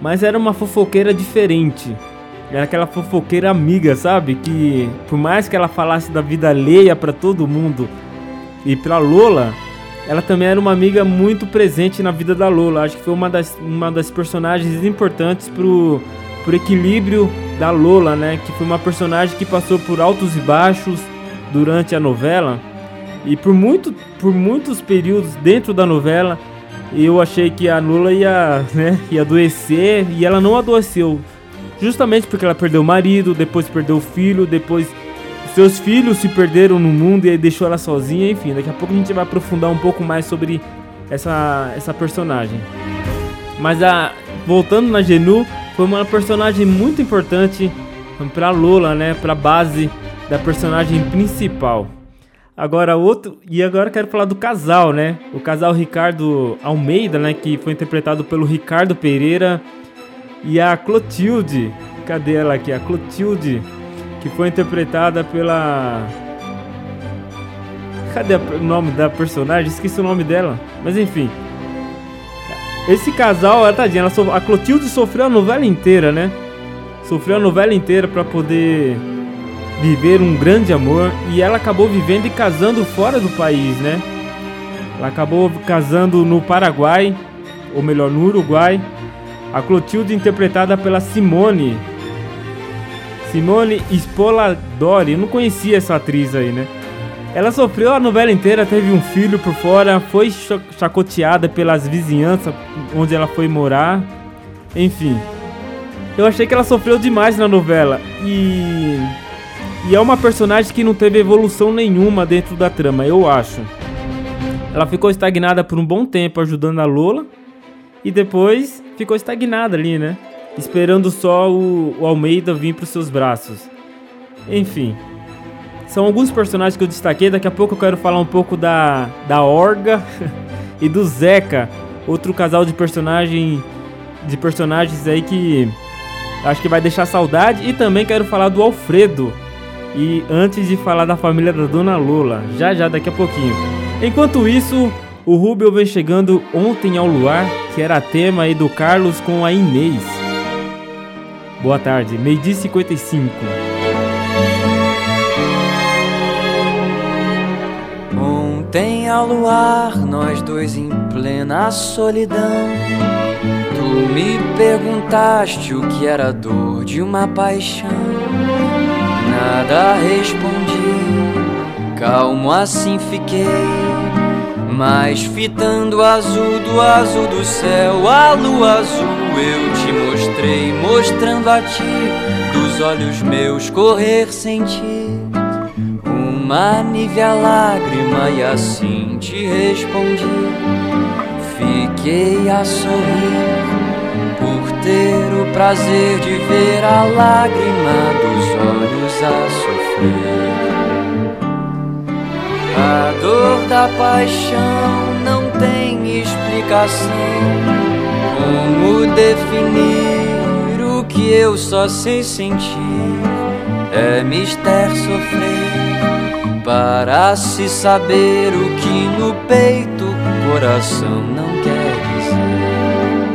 Speaker 2: mas era uma fofoqueira diferente. Era aquela fofoqueira amiga, sabe? Que por mais que ela falasse da vida alheia pra todo mundo e pra Lola, ela também era uma amiga muito presente na vida da Lola. Acho que foi uma das personagens importantes pro equilíbrio da Lola, né? Que foi uma personagem que passou por altos e baixos durante a novela. E por muitos períodos dentro da novela, eu achei que a Lola ia adoecer, e ela não adoeceu. Justamente porque ela perdeu o marido, depois perdeu o filho, depois seus filhos se perderam no mundo e aí deixou ela sozinha. Enfim, daqui a pouco a gente vai aprofundar um pouco mais sobre essa personagem. Mas voltando na Genu, foi uma personagem muito importante pra Lola, né? Pra base da personagem principal. Agora quero falar do casal, né? O casal Ricardo Almeida, né? Que foi interpretado pelo Ricardo Pereira, e a Clotilde. Cadê ela aqui? A Clotilde, que foi interpretada pela... Cadê o nome da personagem? Esqueci o nome dela. Mas enfim, esse casal, tadinha, a Clotilde sofreu a novela inteira, né? Sofreu a novela inteira pra poder viver um grande amor, e ela acabou vivendo e casando fora do país, né? Ela acabou casando no Paraguai, ou melhor, no Uruguai. A Clotilde, interpretada pela Simone Spoladori. Eu não conhecia essa atriz aí, né? Ela sofreu a novela inteira, teve um filho por fora, foi chacoteada pelas vizinhanças onde ela foi morar. Enfim, eu achei que ela sofreu demais na novela. E é uma personagem que não teve evolução nenhuma dentro da trama, eu acho. Ela ficou estagnada por um bom tempo ajudando a Lola, e depois ficou estagnada ali, né? Esperando só o Almeida vir para os seus braços. Enfim, são alguns personagens que eu destaquei. Daqui a pouco eu quero falar um pouco da Olga e do Zeca, outro casal de personagens aí que acho que vai deixar saudade. E também quero falar do Alfredo. E antes de falar da família da Dona Lola, já daqui a pouquinho. Enquanto isso, o Rubio vem chegando Ontem ao Luar, que era tema aí do Carlos com a Inês. Boa tarde, 12h55.
Speaker 17: Ontem ao luar, nós dois em plena solidão. Tu me perguntaste o que era a dor de uma paixão. Nada respondi, calmo assim fiquei, mas fitando o azul do céu, a lua azul eu te mostrei, mostrando a ti, dos olhos meus correr sem ti uma nívea lágrima, e assim te respondi. Fiquei a sorrir por ter o prazer de ver a lágrima dos olhos a sofrer. A dor da paixão não tem explicação. Como definir o que eu só sei sentir? É mistério sofrer para se saber o que no peito o coração não quer dizer.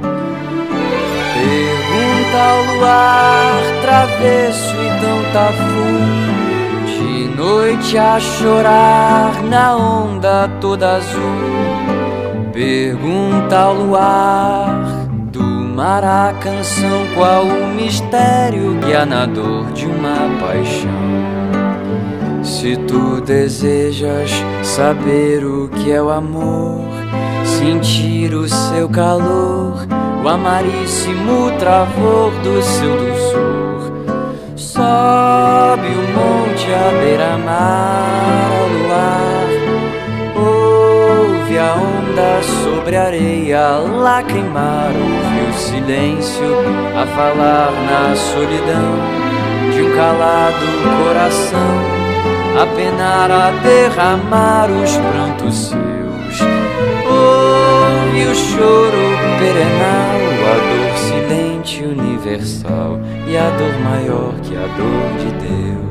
Speaker 17: Pergunta ao luar travesso e tão tafu, de noite a chorar na onda toda azul. Pergunta ao luar do mar a canção, qual o mistério que há na dor de uma paixão. Se tu desejas saber o que é o amor, sentir o seu calor, o amaríssimo travor do seu doçor, sobe o monte à beira-mar ao luar, ouve a onda sobre a areia lacrimar, ouve o silêncio a falar na solidão de um calado coração, a penar, a derramar os prantos seus. Ouve o choro perenal, a dor silente universal, e a dor maior que a dor de Deus.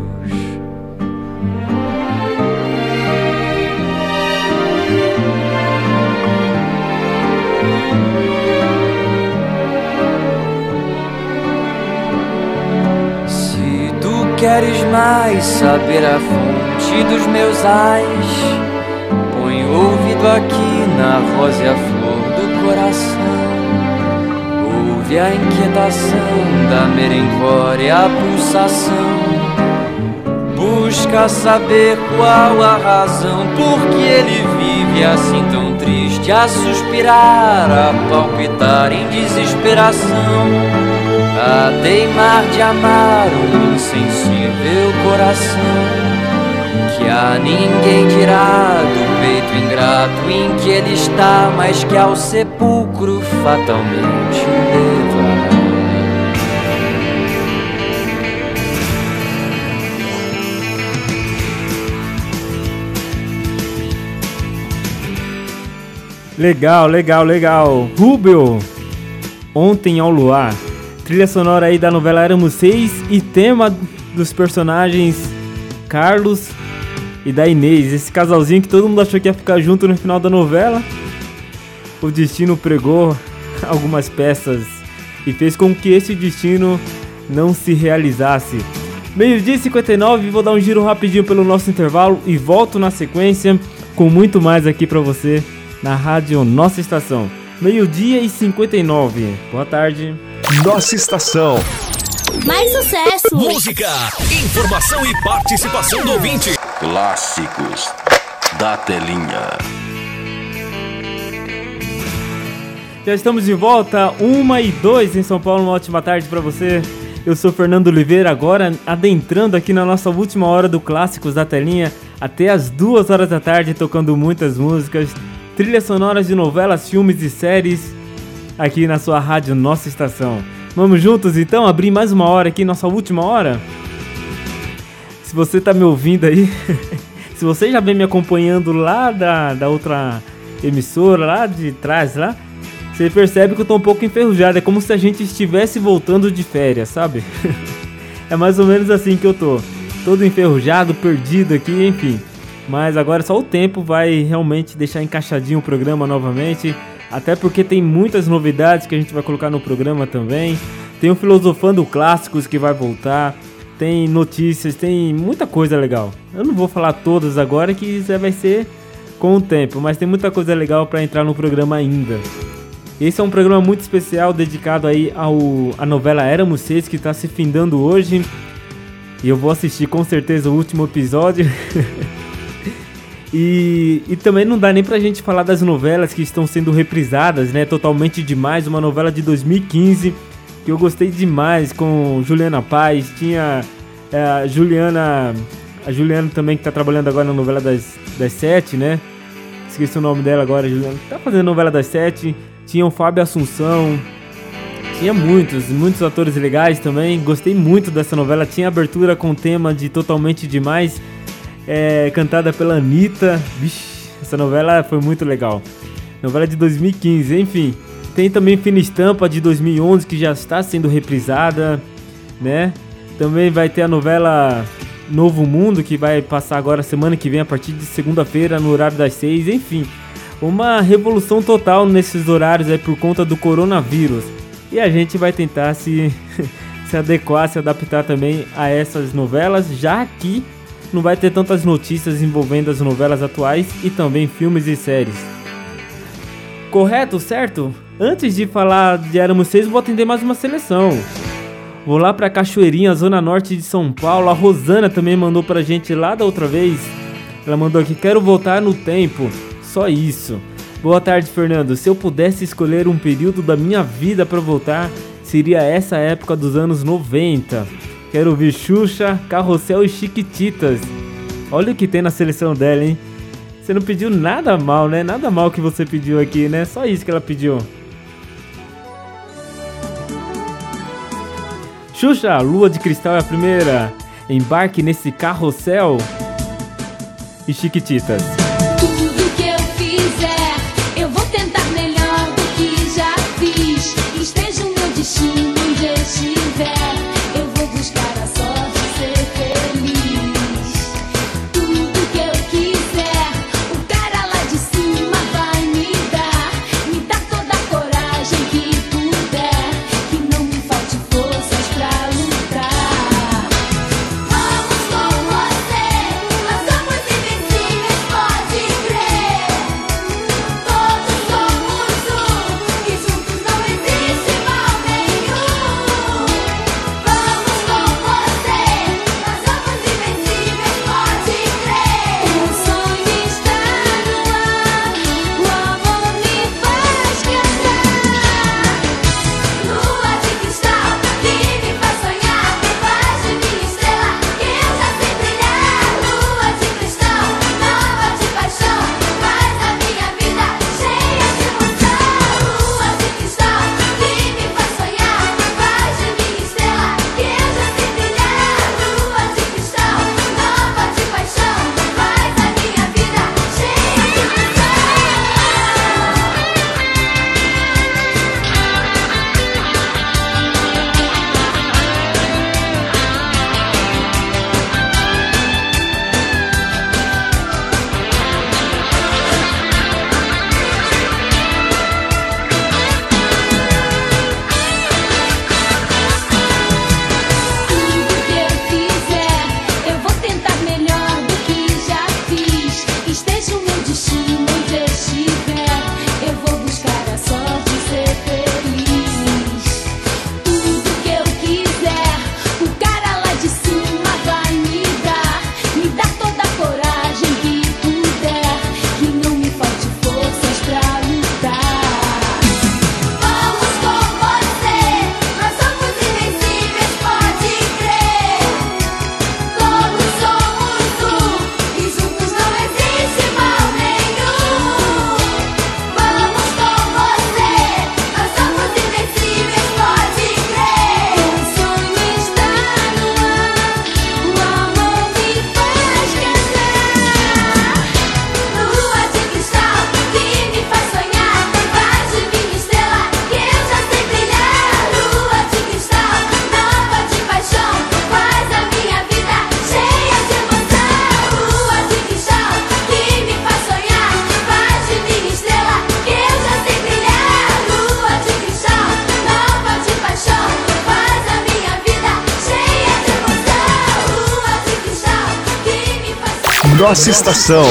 Speaker 17: queres mais saber a fonte dos meus ais, põe o ouvido aqui na rosa e a flor do coração. Ouve a inquietação da merencória, a pulsação. Busca saber qual a razão por que ele vive assim tão triste, a suspirar, a palpitar em desesperação, a teimar de amar um insensível coração, que a ninguém dirá do peito ingrato em que ele está, mas que ao sepulcro fatalmente o levará.
Speaker 2: Legal, legal, legal. Rubio, Ontem ao Luar. Trilha sonora aí da novela Éramos Seis e tema dos personagens Carlos e da Inês. Esse casalzinho que todo mundo achou que ia ficar junto no final da novela. O destino pregou algumas peças e fez com que esse destino não se realizasse. 12h59, vou dar um giro rapidinho pelo nosso intervalo e volto na sequência com muito mais aqui pra você na rádio Nossa Estação. 12h59. Boa tarde.
Speaker 1: Nossa Estação.
Speaker 3: Mais sucesso.
Speaker 4: Música, informação e participação do ouvinte.
Speaker 9: Clássicos da telinha.
Speaker 2: Já estamos de volta, 1h02 em São Paulo. Uma ótima tarde pra você. Eu sou Fernando Oliveira, agora adentrando aqui na nossa última hora do Clássicos da Telinha, até as 2 horas da tarde, tocando muitas músicas, trilhas sonoras de novelas, filmes e séries, aqui na sua rádio Nossa Estação. Vamos juntos então, abrir mais uma hora aqui, nossa última hora? Se você tá me ouvindo aí, se você já vem me acompanhando lá da outra emissora, lá de trás, lá, você percebe que eu tô um pouco enferrujado, é como se a gente estivesse voltando de férias, sabe? É mais ou menos assim que eu tô, todo enferrujado, perdido aqui, enfim. Mas agora só o tempo vai realmente deixar encaixadinho o programa novamente, até porque tem muitas novidades que a gente vai colocar no programa também. Tem o Filosofando Clássicos que vai voltar, tem notícias, tem muita coisa legal. Eu não vou falar todas agora, que isso vai ser com o tempo, mas tem muita coisa legal para entrar no programa ainda. Esse é um programa muito especial dedicado aí à novela Éramos Seis, que está se findando hoje. E eu vou assistir com certeza o último episódio. E também não dá nem pra gente falar das novelas que estão sendo reprisadas, né? Totalmente Demais, uma novela de 2015 que eu gostei demais, com Juliana Paz. Tinha a Juliana também, que tá trabalhando agora na novela das 7, né? Esqueci o nome dela agora, Juliana. Tá fazendo novela das 7. Tinha o Fábio Assunção. Tinha muitos atores legais também. Gostei muito dessa novela. Tinha abertura com o tema de Totalmente Demais, cantada pela Anitta. Vixe, essa novela foi muito legal. Novela de 2015, enfim. Tem também Fina Estampa de 2011, que já está sendo reprisada, né? Também vai ter a novela Novo Mundo, que vai passar agora semana que vem, a partir de segunda-feira, no horário das 6. Enfim, uma revolução total nesses horários aí por conta do coronavírus. E a gente vai tentar se adequar, se adaptar também a essas novelas, já que não vai ter tantas notícias envolvendo as novelas atuais e também filmes e séries. Correto, certo? Antes de falar de Éramos Seis, vou atender mais uma seleção. Vou lá pra Cachoeirinha, zona norte de São Paulo. A Rosana também mandou pra gente lá da outra vez. Ela mandou aqui: quero voltar no tempo, só isso. Boa tarde, Fernando. Se eu pudesse escolher um período da minha vida pra voltar, seria essa época dos anos 90. Quero ouvir Xuxa, Carrossel e Chiquititas. Olha o que tem na seleção dela, hein? Você não pediu nada mal, né? Nada mal que você pediu aqui, né? Só isso que ela pediu. Xuxa, Lua de Cristal é a primeira. Embarque nesse carrossel. E Chiquititas.
Speaker 8: Tudo que eu fizer, eu vou tentar melhor do que já fiz. Esteja o meu destino onde eu estiver, eu vou buscar a sorte de ser feliz. Tudo que eu quiser, o cara lá de cima vai me dar toda a coragem que puder, que não me falte forças pra lutar.
Speaker 1: Nossa estação.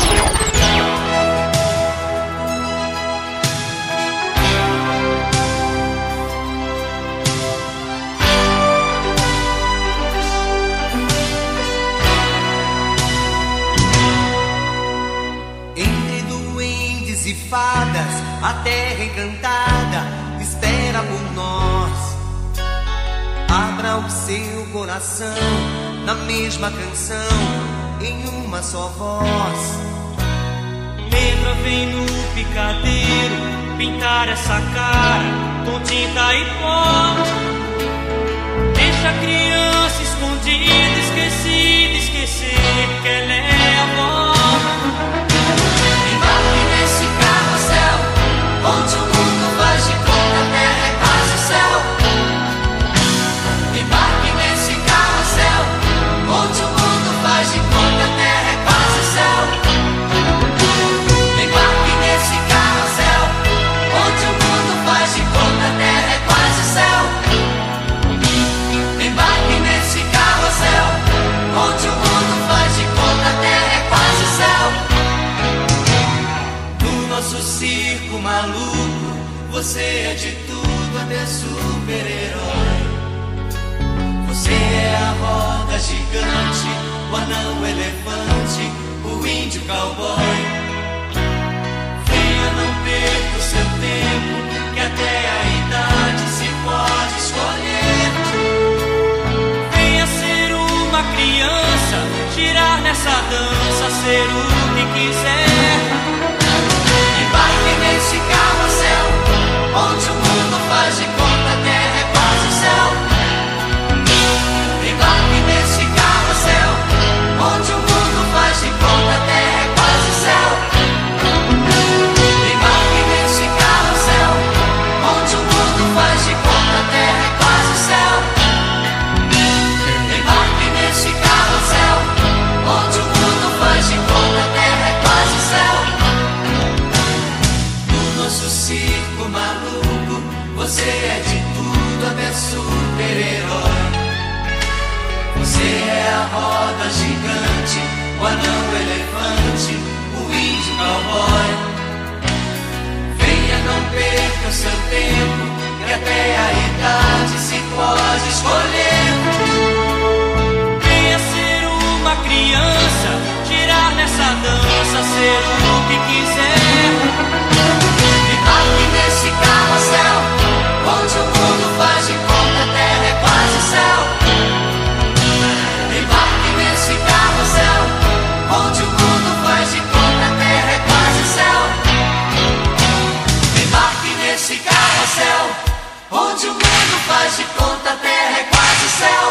Speaker 6: Entre duendes e fadas, a terra encantada espera por nós. Abra o seu coração na mesma canção, em uma só voz.
Speaker 18: Pedra vem no picadeiro pintar essa cara com tinta e pó. Deixa a criança escondida, esquecida, esquecer que ela é avó.
Speaker 6: Embarque nesse carrossel, onde o mundo faz de conta, a terra é quase o céu. Embarque nesse carrossel, onde o mundo faz de conta, a terra é quase o céu. Embarque nesse carrossel, onde o mundo faz de conta, a terra é quase o céu. Embarque nesse carrossel, onde o mundo faz de conta, a terra é quase o céu. No nosso circo maluco, você é de tudo até super-herói. Você é a roda gigante, o anão, o elefante, o índio, o cowboy. Venha, não perca o seu tempo, que até a idade se pode escolher.
Speaker 18: Venha ser uma criança, girar nessa dança, ser o que quiser.
Speaker 6: Embarque nesse carrossel, onde o mundo faz de conta, a terra é quase o céu. Embarque nesse carrossel, onde o mundo faz de conta, a terra é quase o céu. Embarque nesse carrossel, onde o mundo faz de conta, a terra é quase o céu. Embarque nesse carrossel, onde o mundo faz de conta, a terra é quase o céu. No nosso circo maluco, você é de tudo até super-herói. Você é a roda gigante, o anão, o elefante, o índio, o cowboy. Venha, não perca o seu tempo, que até a idade se pode escolher.
Speaker 18: Venha ser uma criança, girar nessa dança, ser o que quiser.
Speaker 6: Embarque nesse carrossel, onde o mundo faz de conta, a terra é quase o céu. Embarque nesse carrossel, onde o mundo faz de conta, a terra é quase o céu. Embarque nesse carrossel, onde o mundo faz de conta, a terra é quase o céu.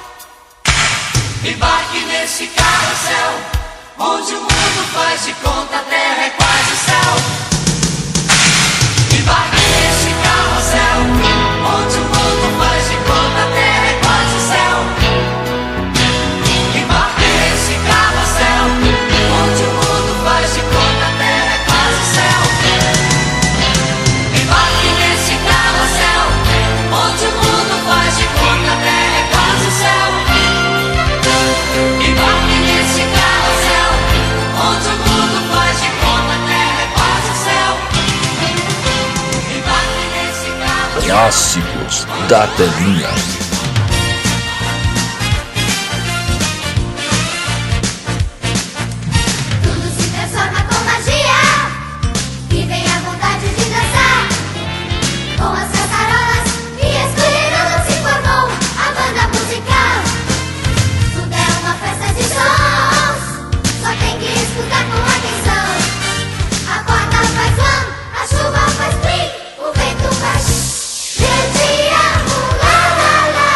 Speaker 6: Embarque nesse carrossel, onde o mundo faz de conta, a terra é quase o céu. Embarque nesse carrossel, onde o mundo faz de conta, a terra é quase o céu. Embarque nesse carrossel, onde o mundo faz de conta, a terra é quase o céu. Embarque nesse carrossel, onde o mundo faz de conta, a terra é quase o céu. Embarque nesse carrossel, onde o mundo faz de conta, a terra é quase o céu. Embarque nesse carrossel.
Speaker 1: Clássicos da telinha.
Speaker 19: Tudo se transforma com magia, e vem a vontade de dançar. Com as caçarolas e escolheram se formou a banda musical. Tudo é uma festa de sons, só tem que escutar com atenção. A corda faz lam, a chuva faz plim, o vento faz. Eu te amo, lá lá lá.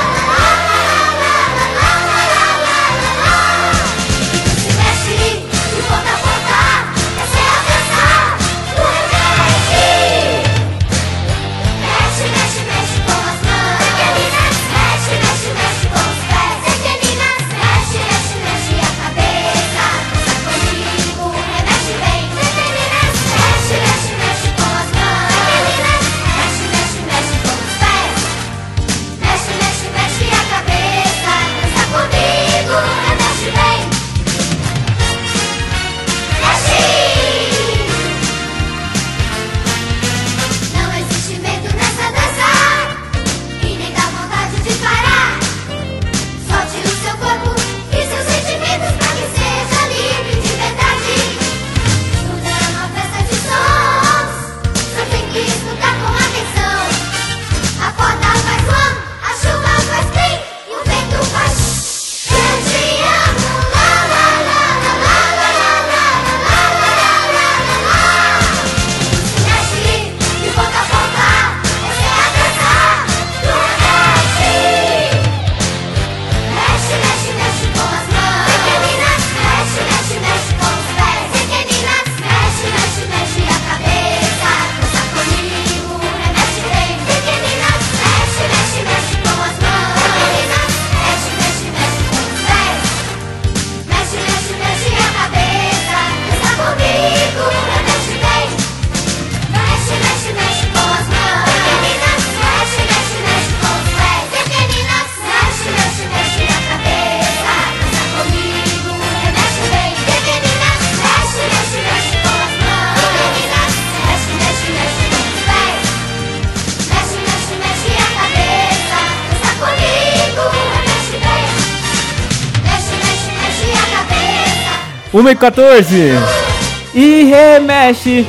Speaker 2: 1h14. E remexe.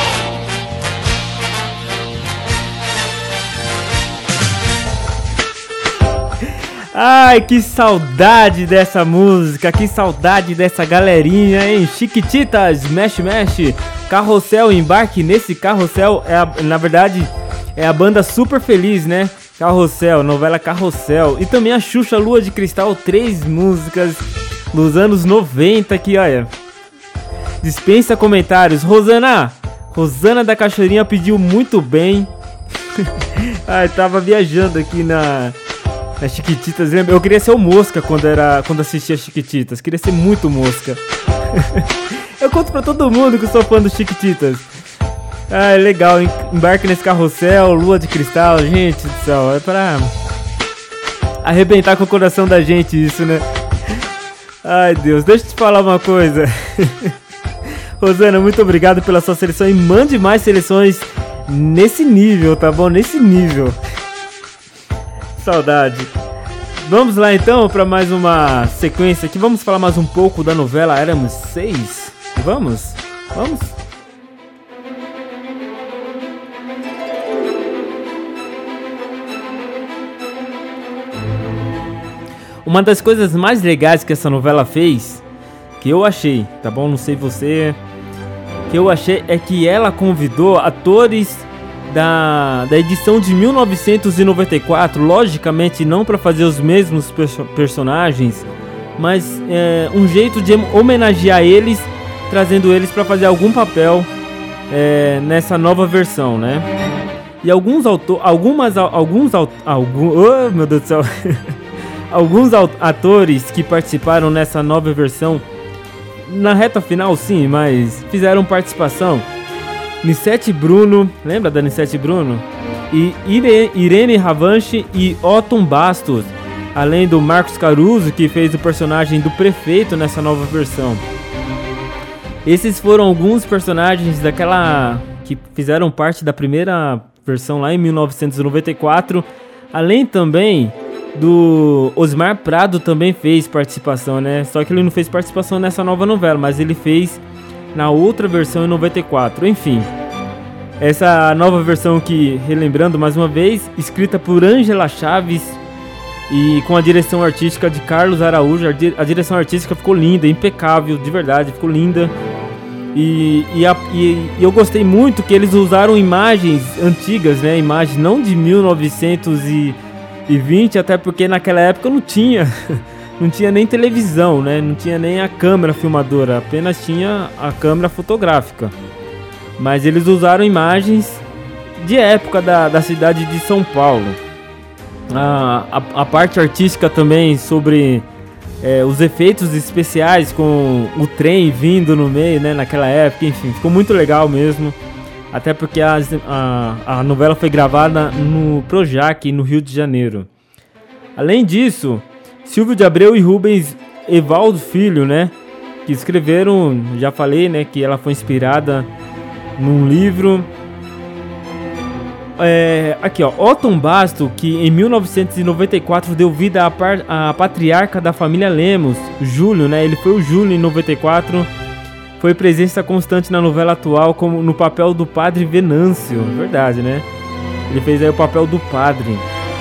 Speaker 2: Ai, que saudade dessa música, que saudade dessa galerinha, hein? Chiquititas, mexe, mexe. Carrossel, embarque nesse carrossel. Na verdade, é a banda Super Feliz, né? Carrossel, novela Carrossel. E também a Xuxa Lua de Cristal, 3 músicas dos anos 90 aqui, olha. Dispensa comentários. Rosana da Cachoeirinha pediu muito bem. Ai, tava viajando aqui na Chiquititas, lembra? Eu queria ser o Mosca quando assistia Chiquititas. Queria ser muito Mosca. Eu conto pra todo mundo que eu sou fã do Chiquititas. Ah, legal, embarque nesse carrossel, Lua de Cristal, gente do céu. É pra arrebentar com o coração da gente isso, né? Ai, Deus, deixa eu te falar uma coisa. Rosana, muito obrigado pela sua seleção e mande mais seleções nesse nível, tá bom? Nesse nível. Saudade. Vamos lá então para mais uma sequência aqui. Vamos falar mais um pouco da novela Éramos 6. Vamos? Uma das coisas mais legais que essa novela fez, que eu achei, tá bom? Não sei você, que eu achei é que ela convidou atores da edição de 1994, logicamente não para fazer os mesmos personagens, mas um jeito de homenagear eles, trazendo eles para fazer algum papel nessa nova versão, né? E alguns atores que participaram nessa nova versão, na reta final sim, mas fizeram participação. Nissete Bruno, lembra da Nissete Bruno? E Irene Ravanchi e Otton Bastos, além do Marcos Caruso, que fez o personagem do prefeito nessa nova versão. Esses foram alguns personagens daquela que fizeram parte da primeira versão lá em 1994, além também do Osmar Prado também fez participação, né? Só que ele não fez participação nessa nova novela, mas ele fez na outra versão em 94. Enfim, essa nova versão que, relembrando mais uma vez, escrita por Ângela Chaves e com a direção artística de Carlos Araújo. A direção artística ficou linda, impecável, de verdade, ficou linda. E eu gostei muito que eles usaram imagens antigas, né? Imagens não de 1920, até porque naquela época não tinha nem televisão, né? Não tinha nem a câmera filmadora, apenas tinha a câmera fotográfica. Mas eles usaram imagens de época da cidade de São Paulo. A parte artística também sobre os efeitos especiais com o trem vindo no meio, né? Naquela época, enfim, ficou muito legal mesmo. Até porque a novela foi gravada no Projac, no Rio de Janeiro. Além disso, Silvio de Abreu e Rubens Evaldo Filho, né? Que escreveram, já falei, né? Que ela foi inspirada num livro. Aqui, ó. Otton Bastos, que em 1994 deu vida à patriarca da família Lemos, Júlio, né? Ele foi o Júlio em 94. Foi presença constante na novela atual, como no papel do padre Venâncio. Verdade, né? Ele fez aí o papel do padre.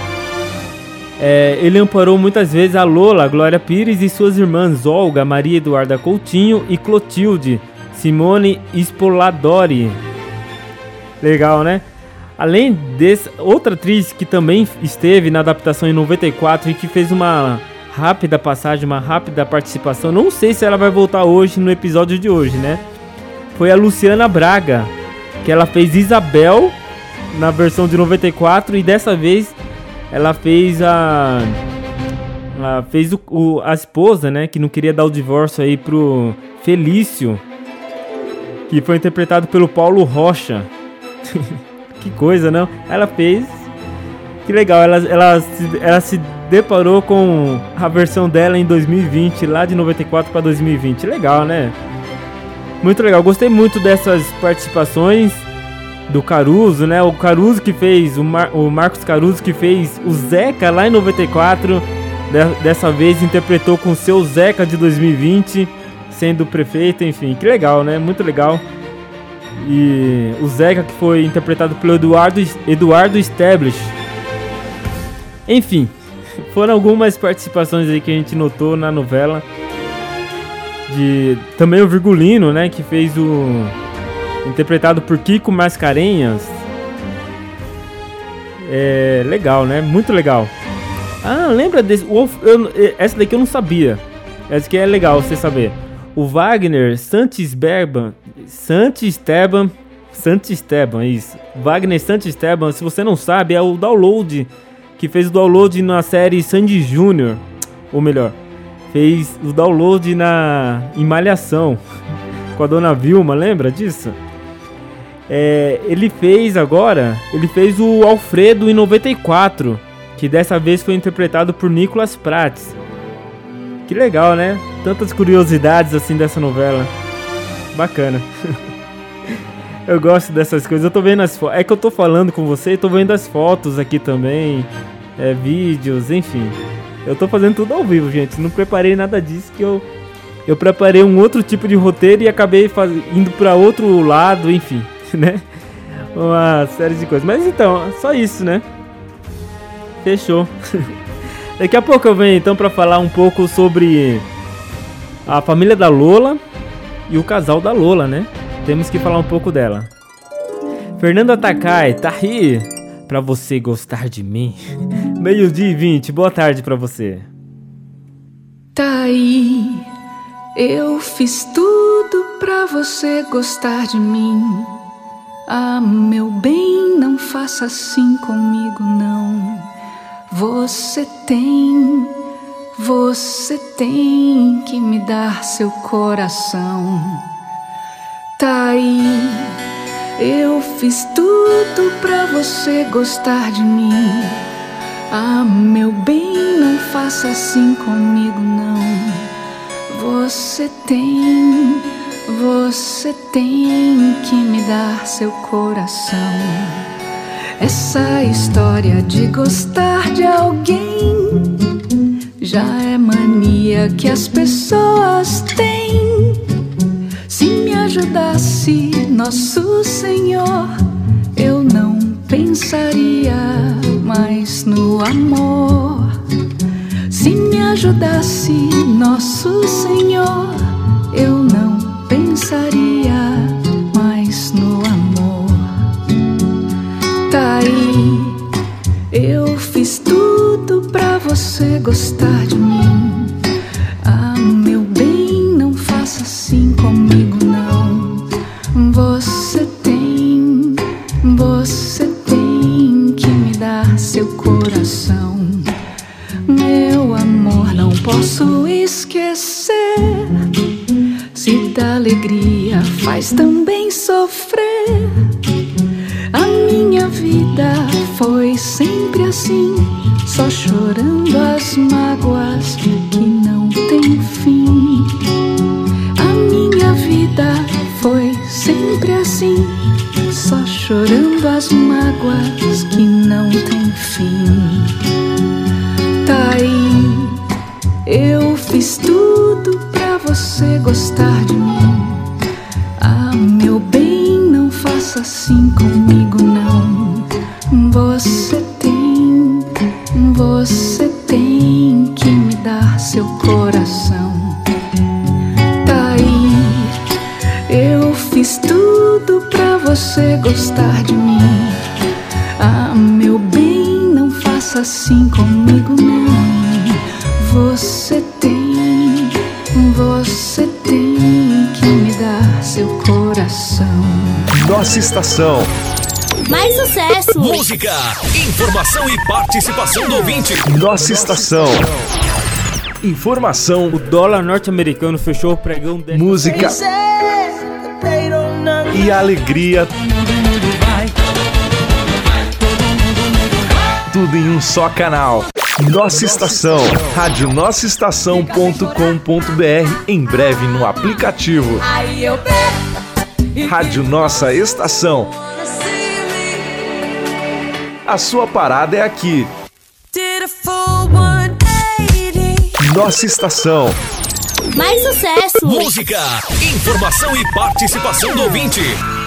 Speaker 2: Ele amparou muitas vezes a Lola, Glória Pires e suas irmãs Olga, Maria Eduarda Coutinho e Clotilde, Simone Spoladori. Legal, né? Além dessa, outra atriz que também esteve na adaptação em 94 e que fez uma rápida passagem, uma rápida participação, não sei se ela vai voltar hoje no episódio de hoje, né? Foi a Luciana Braga, que ela fez Isabel na versão de 94 e dessa vez ela fez a esposa, né, que não queria dar o divórcio aí pro Felício, que foi interpretado pelo Paulo Rocha. Que coisa, não? Ela fez. Que legal, ela se deparou com a versão dela em 2020, lá de 94 para 2020. Legal, né? Muito legal, gostei muito dessas participações do Caruso, né? O Caruso que fez, o Marcos Caruso que fez o Zeca lá em 94, dessa vez interpretou com o seu Zeca de 2020. sendo prefeito, enfim, que legal, né? Muito legal. E o Zeca, que foi interpretado pelo Eduardo Stablish. Enfim, foram algumas participações aí que a gente notou na novela. Também o Virgulino, né, que fez interpretado por Kiko Mascarenhas. É legal, né? Muito legal. Ah, lembra desse? Essa daqui eu não sabia. Essa aqui é legal você saber. O Wagner Santisteban, isso. Wagner Santisteban, se você não sabe, é o download, que fez o download na série Sandy Júnior. Ou melhor, fez o download em Malhação, com a Dona Vilma, lembra disso? Ele fez o Alfredo em 94, que dessa vez foi interpretado por Nicolas Prats. Que legal, né? Tantas curiosidades assim dessa novela. Bacana. Eu gosto dessas coisas. Eu tô vendo as fotos. É que eu tô falando com você e tô vendo as fotos aqui também. Vídeos, enfim. Eu tô fazendo tudo ao vivo, gente. Não preparei nada disso, que eu preparei um outro tipo de roteiro e acabei indo pra outro lado, enfim, né? Uma série de coisas. Mas então, só isso, né? Fechou. Daqui a pouco eu venho então pra falar um pouco sobre a família da Lola e o casal da Lola, né? Temos que falar um pouco dela. Fernanda Takai, tá aí pra você gostar de mim. 12h20, boa tarde pra você.
Speaker 20: Tá aí, eu fiz tudo pra você gostar de mim. Ah, meu bem, não faça assim comigo, não. Você tem que me dar seu coração. Tá aí, eu fiz tudo pra você gostar de mim. Ah, meu bem, não faça assim comigo, não. Você tem que me dar seu coração. Essa história de gostar de alguém já é mania que as pessoas têm. Se me ajudasse Nosso Senhor, eu não pensaria mais no amor. Se me ajudasse Nosso Senhor, eu não pensaria mais no amor. Tá aí, eu fiz tudo pra você gostar de mim. Ah, meu bem, não faça assim comigo, não. Você tem que me dar seu coração. Meu amor, não posso esquecer. Se da alegria faz também sofrer. A minha vida foi sempre assim, só chorando as mágoas que não tem fim. A minha vida foi sempre assim, só chorando as mágoas que não tem fim. Tá aí, eu fiz tudo pra você gostar de mim. Ah, meu bem, não faça assim comigo, não. Você tem que me dar seu coração. Tá aí, eu fiz tudo pra você gostar de mim. Ah, meu bem, não faça assim comigo, não. Você tem que me dar seu coração.
Speaker 1: Nossa estação.
Speaker 3: Mais sucesso.
Speaker 4: Música, informação e participação do ouvinte.
Speaker 1: Nossa estação. Informação.
Speaker 2: O dólar norte-americano fechou o pregão de
Speaker 1: música e alegria. Tudo em um só canal. Nossa estação. Rádio nossaestação.com.br. Em breve no aplicativo. Rádio Nossa Estação. A sua parada é aqui. Nossa estação.
Speaker 3: Mais sucesso!
Speaker 4: Música, informação e participação do ouvinte.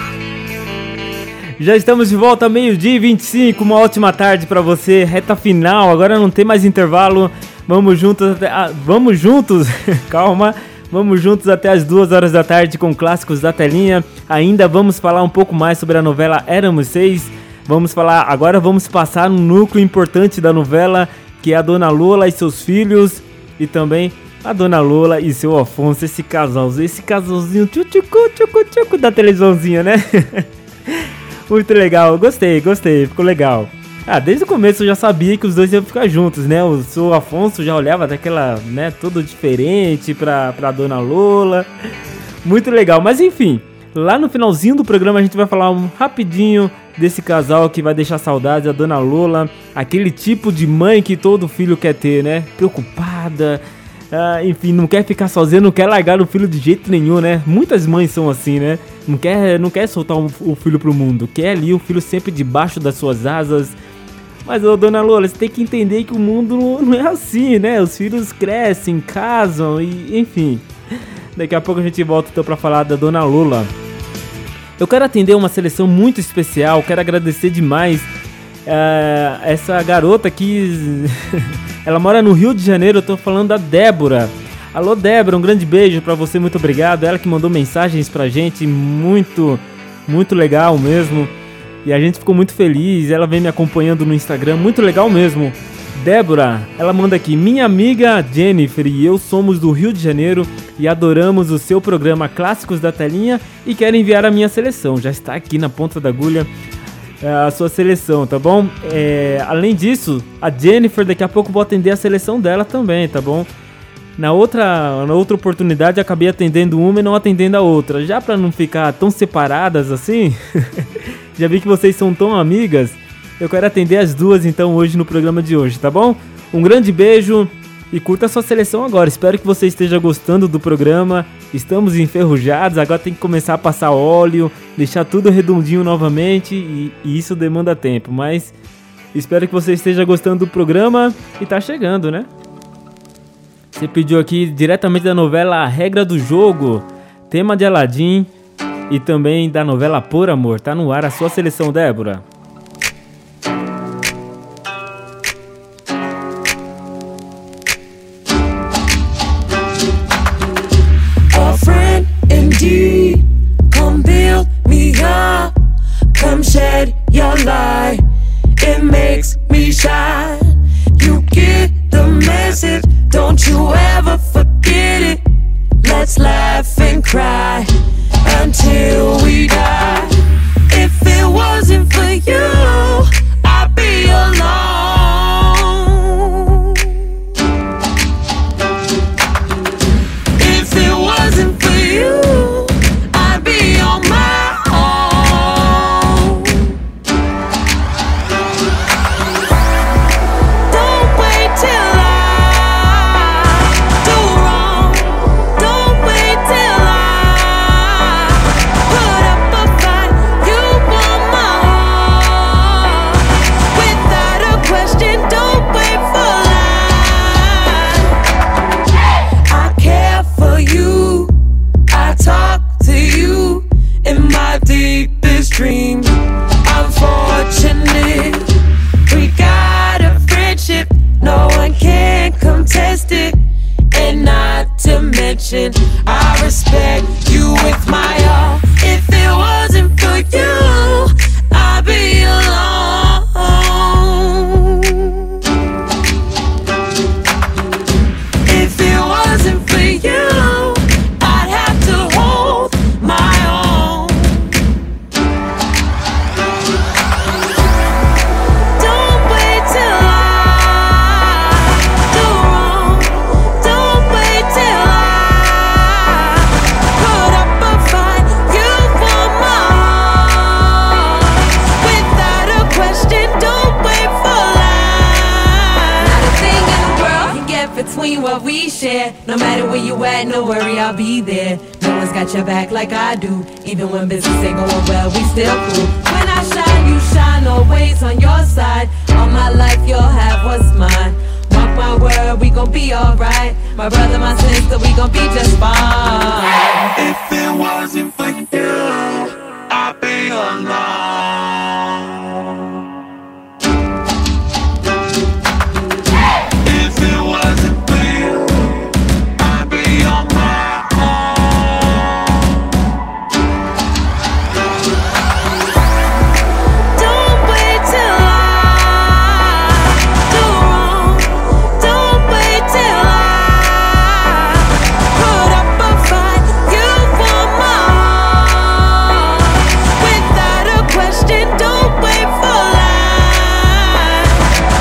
Speaker 2: Já estamos de volta, meio-dia e 25, uma ótima tarde pra você, reta final, agora não tem mais intervalo, vamos juntos, calma, vamos juntos até as 2 horas da tarde com clássicos da telinha, ainda vamos falar um pouco mais sobre a novela Éramos Seis, agora vamos passar no núcleo importante da novela, que é a Dona Lola e seus filhos, e também a Dona Lola e seu Afonso, esse casalzinho tchucu da televisãozinha, né? Muito legal, gostei, ficou legal. Desde o começo eu já sabia que os dois iam ficar juntos, né? O seu Afonso já olhava daquela, né, todo diferente pra Dona Lola. Muito legal, mas enfim, lá no finalzinho do programa a gente vai falar rapidinho desse casal que vai deixar saudades, a Dona Lola, aquele tipo de mãe que todo filho quer ter, né? Preocupada, enfim, não quer ficar sozinha, não quer largar o filho de jeito nenhum, né? Muitas mães são assim, né? Não quer soltar o filho pro mundo, quer ali o filho sempre debaixo das suas asas. Mas, Dona Lola, você tem que entender que o mundo não é assim, né? Os filhos crescem, casam e, enfim. Daqui a pouco a gente volta então pra falar da Dona Lola. Eu quero atender uma seleção muito especial, quero agradecer demais essa garota que ela mora no Rio de Janeiro, eu tô falando da Débora. Alô, Débora, um grande beijo pra você, muito obrigado. Ela que mandou mensagens pra gente, muito legal mesmo. E a gente ficou muito feliz, ela vem me acompanhando no Instagram, muito legal mesmo. Débora, ela manda aqui: minha amiga Jennifer e eu somos do Rio de Janeiro e adoramos o seu programa Clássicos da Telinha e quero enviar a minha seleção. Já está aqui na ponta da agulha a sua seleção, tá bom? Além disso, a Jennifer daqui a pouco vou atender a seleção dela também, tá bom? Na outra oportunidade acabei atendendo uma e não atendendo a outra. Já para não ficar tão separadas assim, já vi que vocês são tão amigas, eu quero atender as duas então hoje no programa de hoje, tá bom? Um grande beijo e curta a sua seleção agora. Espero que você esteja gostando do programa. Estamos enferrujados, agora tem que começar a passar óleo, deixar tudo redondinho novamente e isso demanda tempo. Mas espero que você esteja gostando do programa e tá chegando, né? Você pediu aqui diretamente da novela A Regra do Jogo, tema de Aladdin e também da novela Por Amor. Tá no ar a sua seleção, Débora.
Speaker 11: A friend indeed, come build me up, come shed your light, it makes me shine. You get the message, don't you ever forget it. Let's laugh and cry until we die. If it wasn't for you, I'd be alone. If it wasn't for you, I'd be on my own. Don't wait till dream. I'm fortunate, we got a friendship, no one can contest it. And not to mention, I respect you with my all. If it wasn't for you, I'd be alone. If it wasn't for you, I'd have to hold my own. Don't wait till I do wrong. Don't wait till I put up a fight. You want my heart without a question. Don't wait for life. Not a thing in the world can get between what we share. No matter where you at, no worry, I'll be there. No one's got your back like I do. Even when business ain't going well, we still cool. When I shine, you shine, always on your side. All my life, you'll have what's mine. Mark my word, we gon' gon' be alright. My brother, my sister, we gon' be just fine.
Speaker 15: If it wasn't for you, I'd be alone. If it wasn't for you, I'd be on my own.
Speaker 11: Don't wait till I do wrong. Don't wait till I put up a fight. You want my heart without a question. Don't wait for life.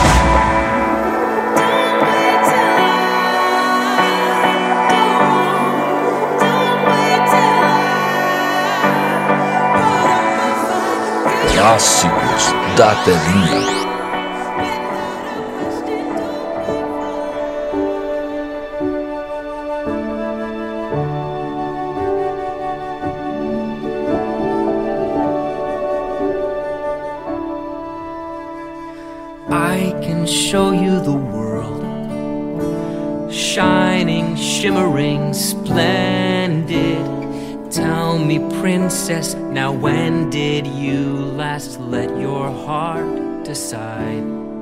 Speaker 11: Don't wait till I do wrong. Don't wait till
Speaker 1: Clássicos da telinha.
Speaker 17: I can show you the world, shining, shimmering, splendid. Tell me, princess, now when did you last let your heart decide?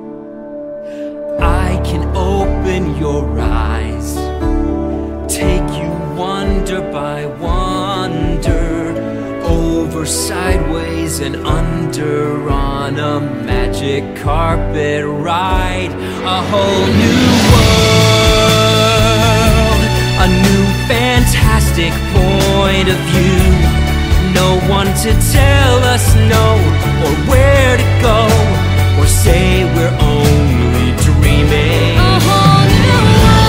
Speaker 17: I can open your eyes, take you wonder by wonder, over, sideways, and under on a magic carpet ride. A whole new world, a new fantastic point of view. No one to tell us no, or where to go, or say we're only dreaming.
Speaker 11: a whole new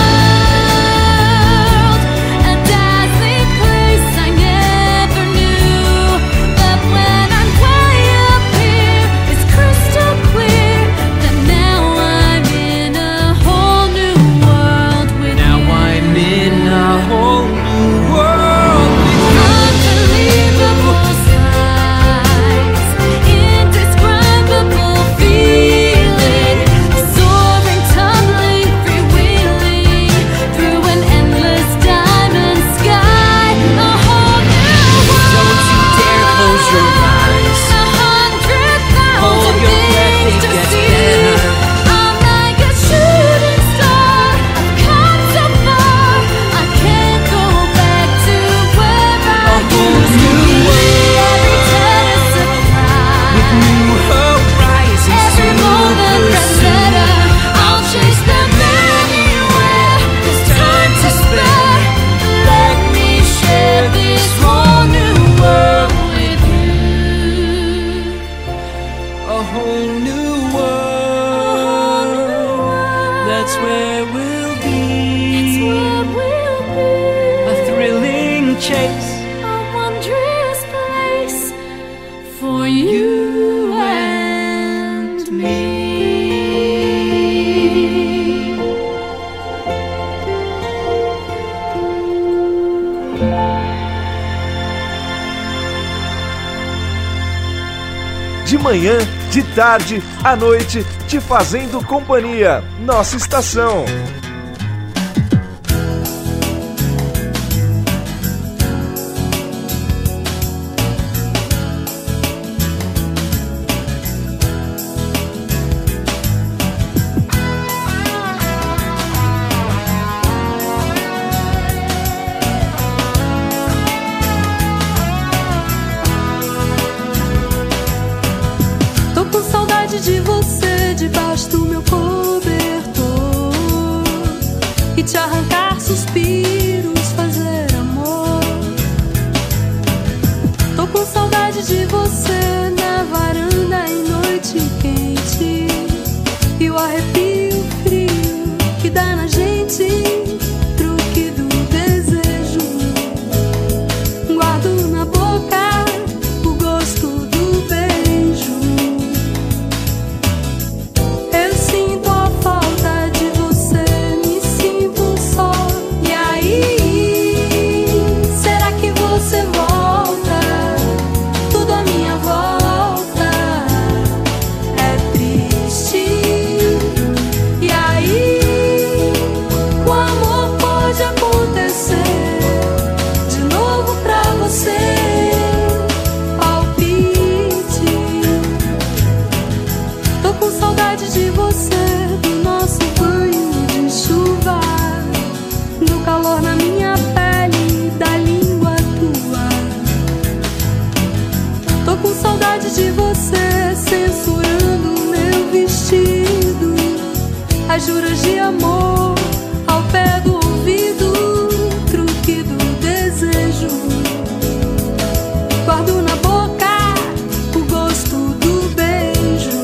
Speaker 11: world, a dazzling place I never knew. But when I'm way up here, it's crystal clear that now I'm in a whole new world with
Speaker 17: Now
Speaker 11: you.
Speaker 17: I'm in a whole new world with you.
Speaker 11: Unbelievable sights, indescribable feeling, soaring, tumbling, freewheeling through an endless diamond sky. A whole new world.
Speaker 17: Don't you dare close your eyes.
Speaker 11: 100,000
Speaker 17: Hold your breath,
Speaker 11: things
Speaker 17: it
Speaker 11: to
Speaker 17: gets
Speaker 11: see.
Speaker 17: better.
Speaker 11: I'm like a shooting star. I've come so far. I can't go back to where I used to be. Every turn is a surprise.
Speaker 17: With new horizons
Speaker 11: Every moment gets better. I'll chase them anywhere. There's time to spare. Let me share this whole new world with you.
Speaker 17: a whole new world. That's where we'll be. A thrilling chase,
Speaker 11: A wondrous place for you and me.
Speaker 1: De manhã, de tarde, à noite, te fazendo companhia. Nossa estação.
Speaker 20: Tô com saudade de você debaixo do meu cobertor e te arrancar suspiros, fazer amor. Tô com saudade de você na varanda em noite quente e o arrepio frio que dá na gente, truque do desejo. Guardo na boca o gosto do beijo. Eu sinto a falta de você, me sinto só. E aí, será que você volta? Tudo à minha volta. faz juras de amor ao pé do ouvido, truque do desejo. Guardo na boca o gosto do beijo.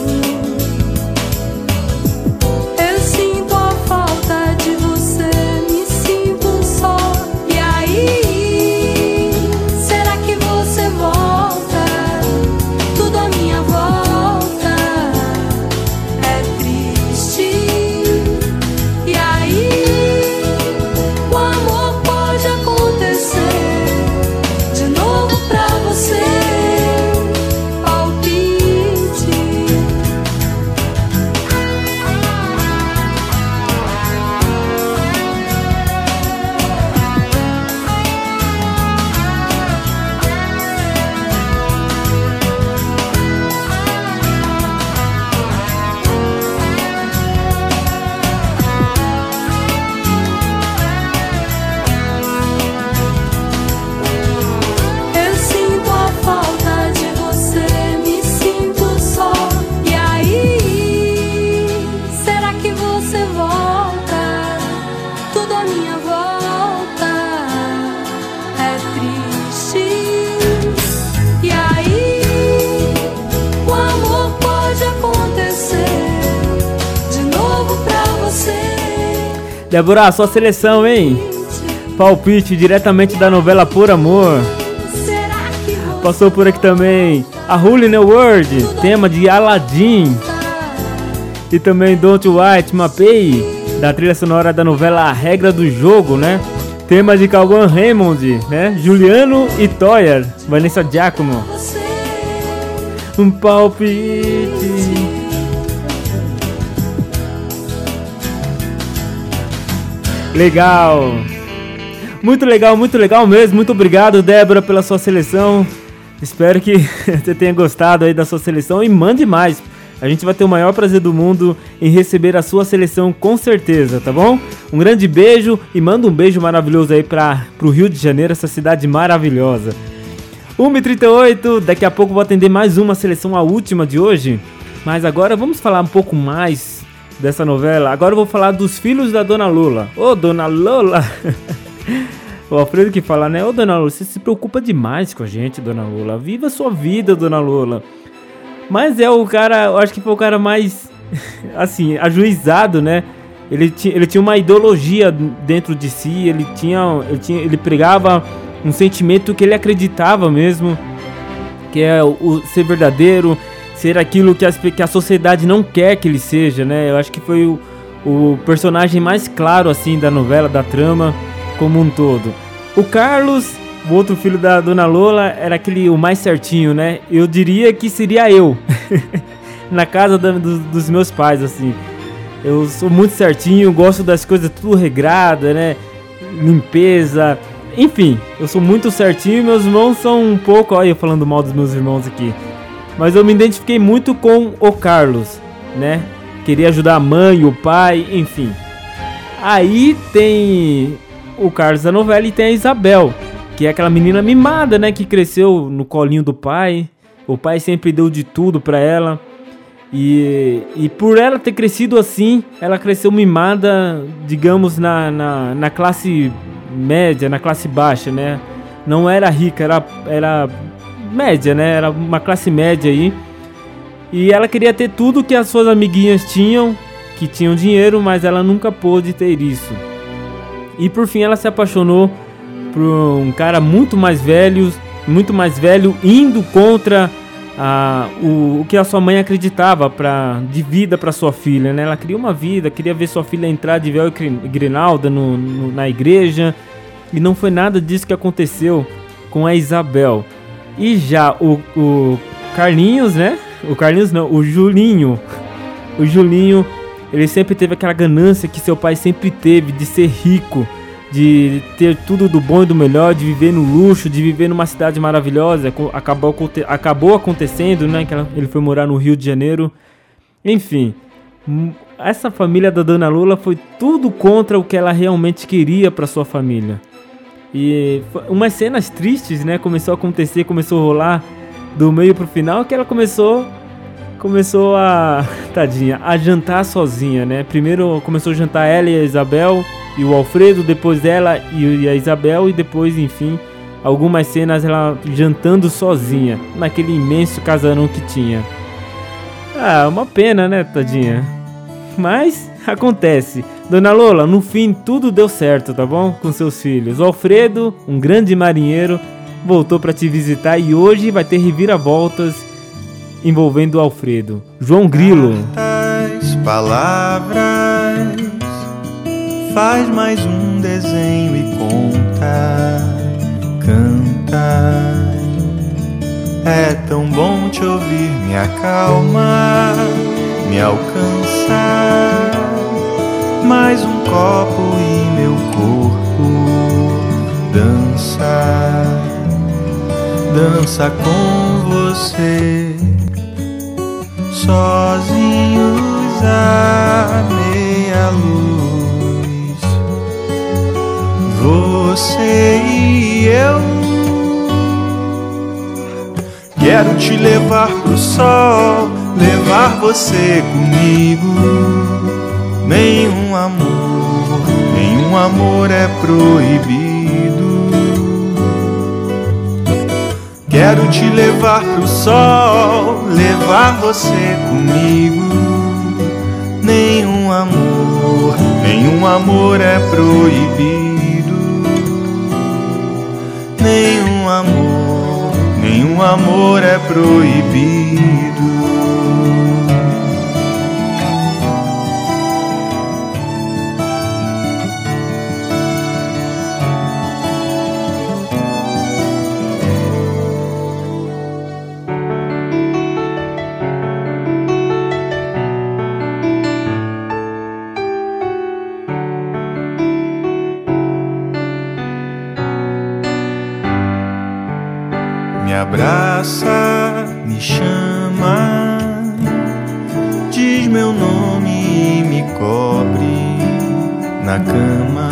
Speaker 20: Eu sinto a falta de você, me sinto só. E aí, será que você volta? Tudo à minha volta é triste. E aí, o amor pode acontecer de novo pra você. Palpite. Eu sinto a falta de você, me sinto só. E aí, será que você volta? Tudo à minha volta é triste. E aí, o amor pode acontecer de novo pra você.
Speaker 2: Débora, sua seleção, hein? Palpite diretamente da novela Por Amor. Passou por aqui também a Hole in the World, tema de Aladdin. E também Don't White Mapei, da trilha sonora da novela A Regra do Jogo, né? Tema de Cauã Raymond, né? Juliano e Toyer, Vanessa Giacomo. Um palpite. Legal. Muito legal mesmo. Muito obrigado, Débora, pela sua seleção. Espero que você tenha gostado aí da sua seleção e mande mais. A gente vai ter o maior prazer do mundo em receber a sua seleção, com certeza, tá bom? Um grande beijo e manda um beijo maravilhoso aí pro Rio de Janeiro, essa cidade maravilhosa. 1h38, daqui a pouco vou atender mais uma seleção, a última de hoje. Mas agora vamos falar um pouco mais dessa novela. Agora eu vou falar dos filhos da Dona Lola. Ô, Dona Lola! O Alfredo que fala, né? Ô, Dona Lola, você se preocupa demais com a gente, Dona Lola. Viva a sua vida, Dona Lola. Mas é o cara, eu acho que foi o cara mais, assim, ajuizado, né? Ele tinha uma ideologia dentro de si, ele pregava um sentimento que ele acreditava mesmo, que é o ser verdadeiro, ser aquilo que a sociedade não quer que ele seja, né? Eu acho que foi o personagem mais claro, assim, da novela, da trama como um todo. O Carlos, o outro filho da Dona Lola, era o mais certinho, né? Eu diria que seria eu, na casa dos meus pais, assim. Eu sou muito certinho, gosto das coisas tudo regrada, né? Limpeza, enfim, eu sou muito certinho. Meus irmãos são um pouco... Olha eu falando mal dos meus irmãos aqui. Mas eu me identifiquei muito com o Carlos, né? Queria ajudar a mãe, o pai, enfim. Aí tem o Carlos da novela e tem a Isabel, que é aquela menina mimada, né? Que cresceu no colinho do pai. O pai sempre deu de tudo pra ela. E por ela ter crescido assim, ela cresceu mimada, digamos, na classe média, na classe baixa, né? Não era rica, era média, né? Era uma classe média aí. E ela queria ter tudo que as suas amiguinhas tinham, que tinham dinheiro, mas ela nunca pôde ter isso. E por fim ela se apaixonou por um cara muito mais velho, indo contra o que a sua mãe acreditava de vida para sua filha, né? Ela queria uma vida, queria ver sua filha entrar de véu e grinalda na igreja, e não foi nada disso que aconteceu com a Isabel. E já o Carlinhos, né? O Carlinhos não, o Julinho, ele sempre teve aquela ganância que seu pai sempre teve, de ser rico, de ter tudo do bom e do melhor, de viver no luxo, de viver numa cidade maravilhosa. Acabou acontecendo, né? Que ele foi morar no Rio de Janeiro. Enfim, essa família da Dona Lola foi tudo contra o que ela realmente queria para sua família. E umas cenas tristes, né? Começou a rolar do meio pro final, que ela começou começou tadinha, a jantar sozinha, né? Primeiro começou a jantar ela e a Isabel e o Alfredo, depois ela e a Isabel, e depois, enfim, algumas cenas ela jantando sozinha, naquele imenso casarão que tinha. Uma pena, né, tadinha? Mas acontece. Dona Lola, no fim tudo deu certo, tá bom? Com seus filhos. O Alfredo, um grande marinheiro, voltou para te visitar e hoje vai ter reviravoltas envolvendo o Alfredo. João Grilo.
Speaker 21: Palavras, faz mais um desenho e conta, canta. É tão bom te ouvir, me acalma, me alcança. Mais um copo e meu corpo dança, dança com você. Sozinhos à meia luz, você e eu. Quero te levar pro sol, levar você comigo. Nenhum amor é proibido. Quero te levar pro sol, levar você comigo. Nenhum amor é proibido. Nenhum amor é proibido. Me abraça, me chama, diz meu nome e me cobre na cama.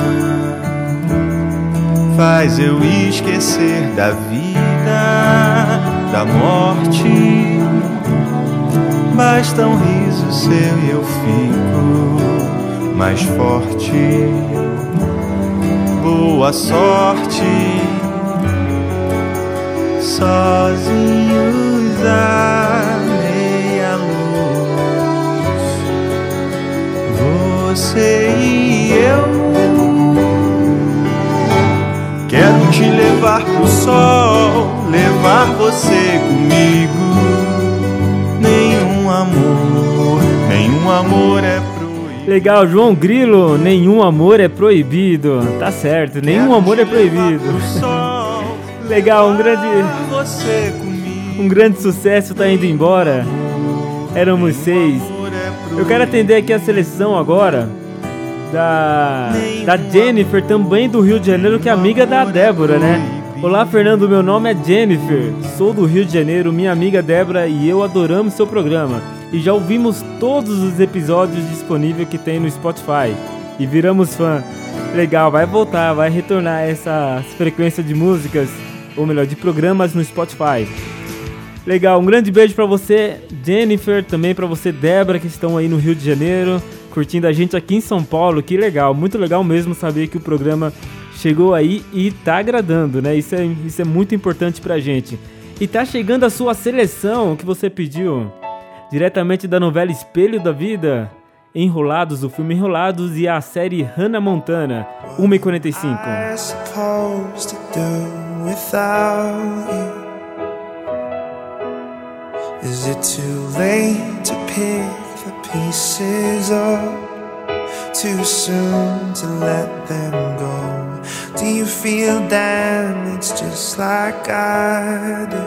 Speaker 21: Faz eu esquecer da vida, da morte. Basta um riso seu e eu fico mais forte. Boa sorte. Sozinhos à meia luz, você e eu. Quero te levar pro sol, levar você comigo. Nenhum amor é proibido.
Speaker 2: Legal, João Grilo, nenhum amor é proibido. Tá certo, nenhum amor é proibido. Legal, um grande sucesso tá indo embora. Éramos 6. Eu quero atender aqui a seleção agora da Jennifer, também do Rio de Janeiro, que é amiga da Débora, né? Olá, Fernando, meu nome é Jennifer, sou do Rio de Janeiro, minha amiga Débora e eu adoramos seu programa e já ouvimos todos os episódios disponíveis que tem no Spotify e viramos fã. Legal, vai voltar, vai retornar essa frequência de músicas, ou melhor, de programas no Spotify. Legal, um grande beijo pra você, Jennifer, também pra você, Débora, que estão aí no Rio de Janeiro, curtindo a gente aqui em São Paulo. Que legal, muito legal mesmo saber que o programa chegou aí e tá agradando, né? Isso é muito importante pra gente. E tá chegando a sua seleção que você pediu, diretamente da novela Espelho da Vida, Enrolados, o filme Enrolados, e a série Hannah Montana, 1h45.
Speaker 22: Is it too late to pick the pieces up? Too soon to let them go? Do you feel damaged just like I do?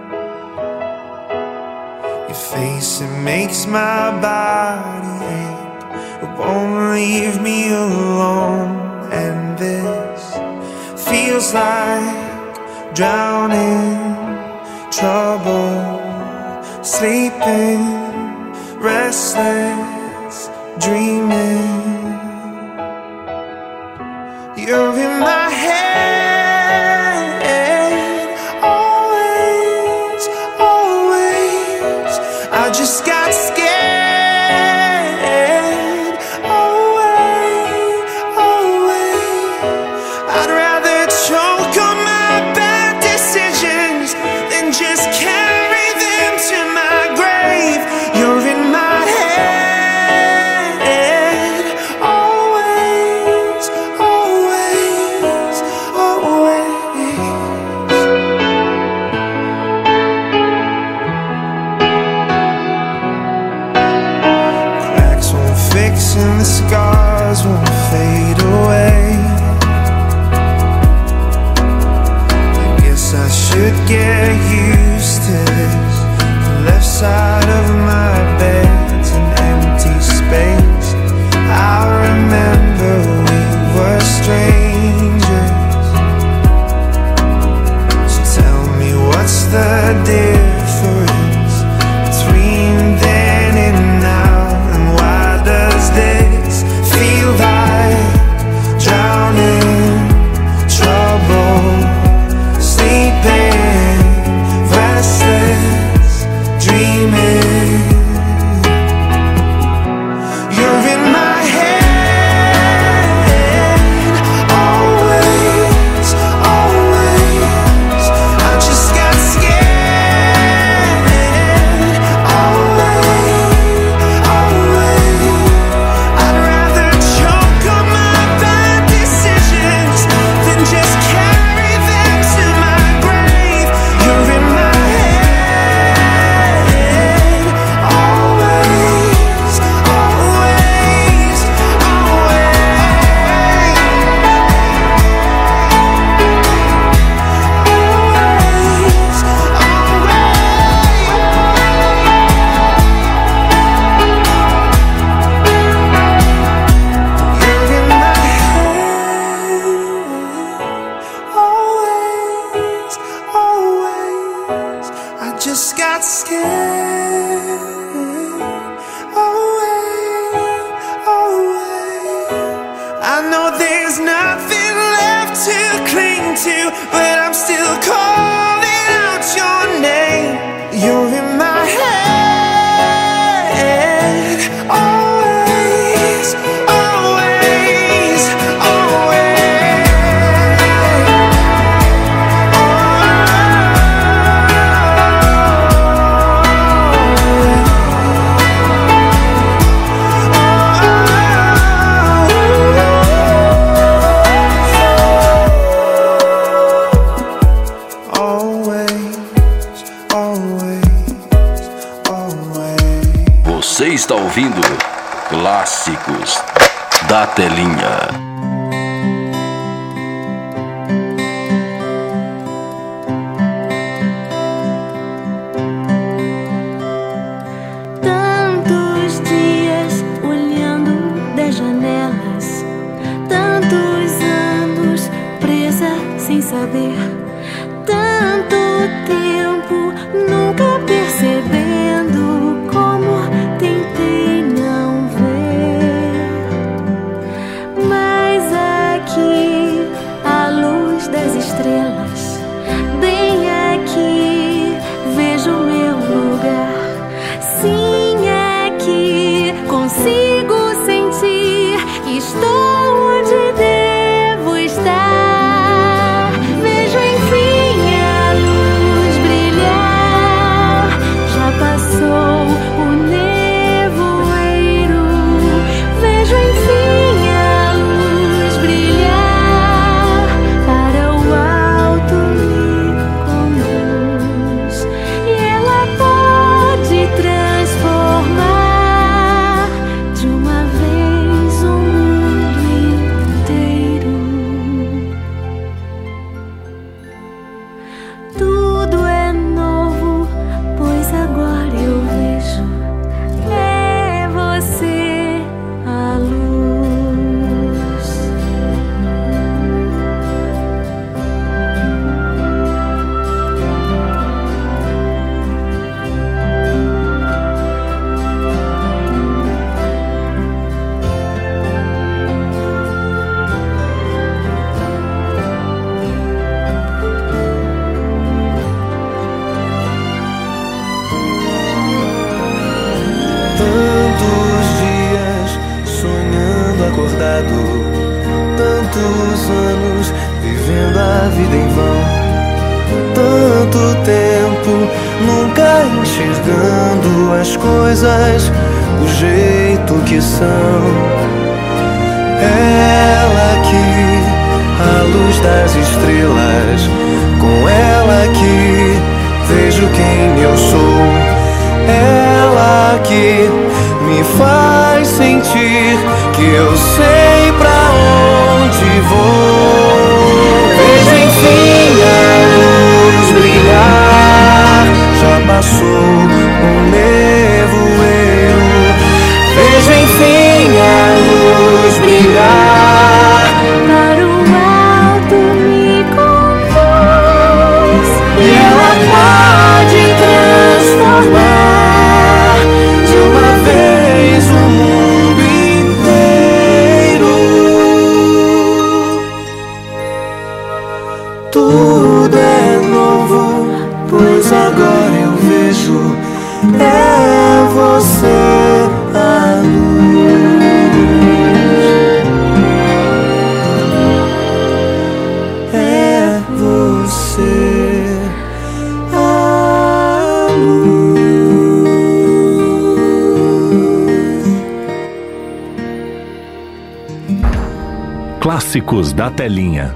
Speaker 22: Your face, it makes my body ache. It won't leave me alone. And this feels like drowning, trouble, sleeping, restless, dreaming. You're in my head, always, always. I just got to, but I'm still calling out your name. You're in my head, always, always, always.
Speaker 9: Você está ouvindo Clássicos da Telinha.
Speaker 7: Tantos dias olhando das janelas, tantos anos presa sem saber, tanto tempo nunca percebendo como tentei não ver. Mas aqui, à luz das estrelas, bem aqui, vejo meu lugar. Sim, aqui consigo sentir que estou onde devo estar. Vejo enfim a luz brilhar. Já passou o nevoeiro. Vejo enfim a luz brilhar. Para o alto me conduz, e ela pode transformar de uma vez o mundo inteiro. Tudo é novo, pois agora eu vejo. É você a luz.
Speaker 22: Tantos dias sonhando acordado, tantos anos vivendo a vida em vão, tanto tempo nunca enxergando as coisas do jeito que são. Ela aqui, à luz das estrelas, com ela aqui vejo quem eu sou. Ela aqui me faz sentir que eu sei pra onde vou. Vejo enfim a luz brilhar. Já passou o nevoeiro. Vejo enfim a luz brilhar.
Speaker 7: Para o alto me conduz,
Speaker 22: E ela pode transformar de uma vez o mundo inteiro. Tudo é novo, pois agora eu vejo. É você a luz. É você a luz.
Speaker 5: Clássicos da Telinha.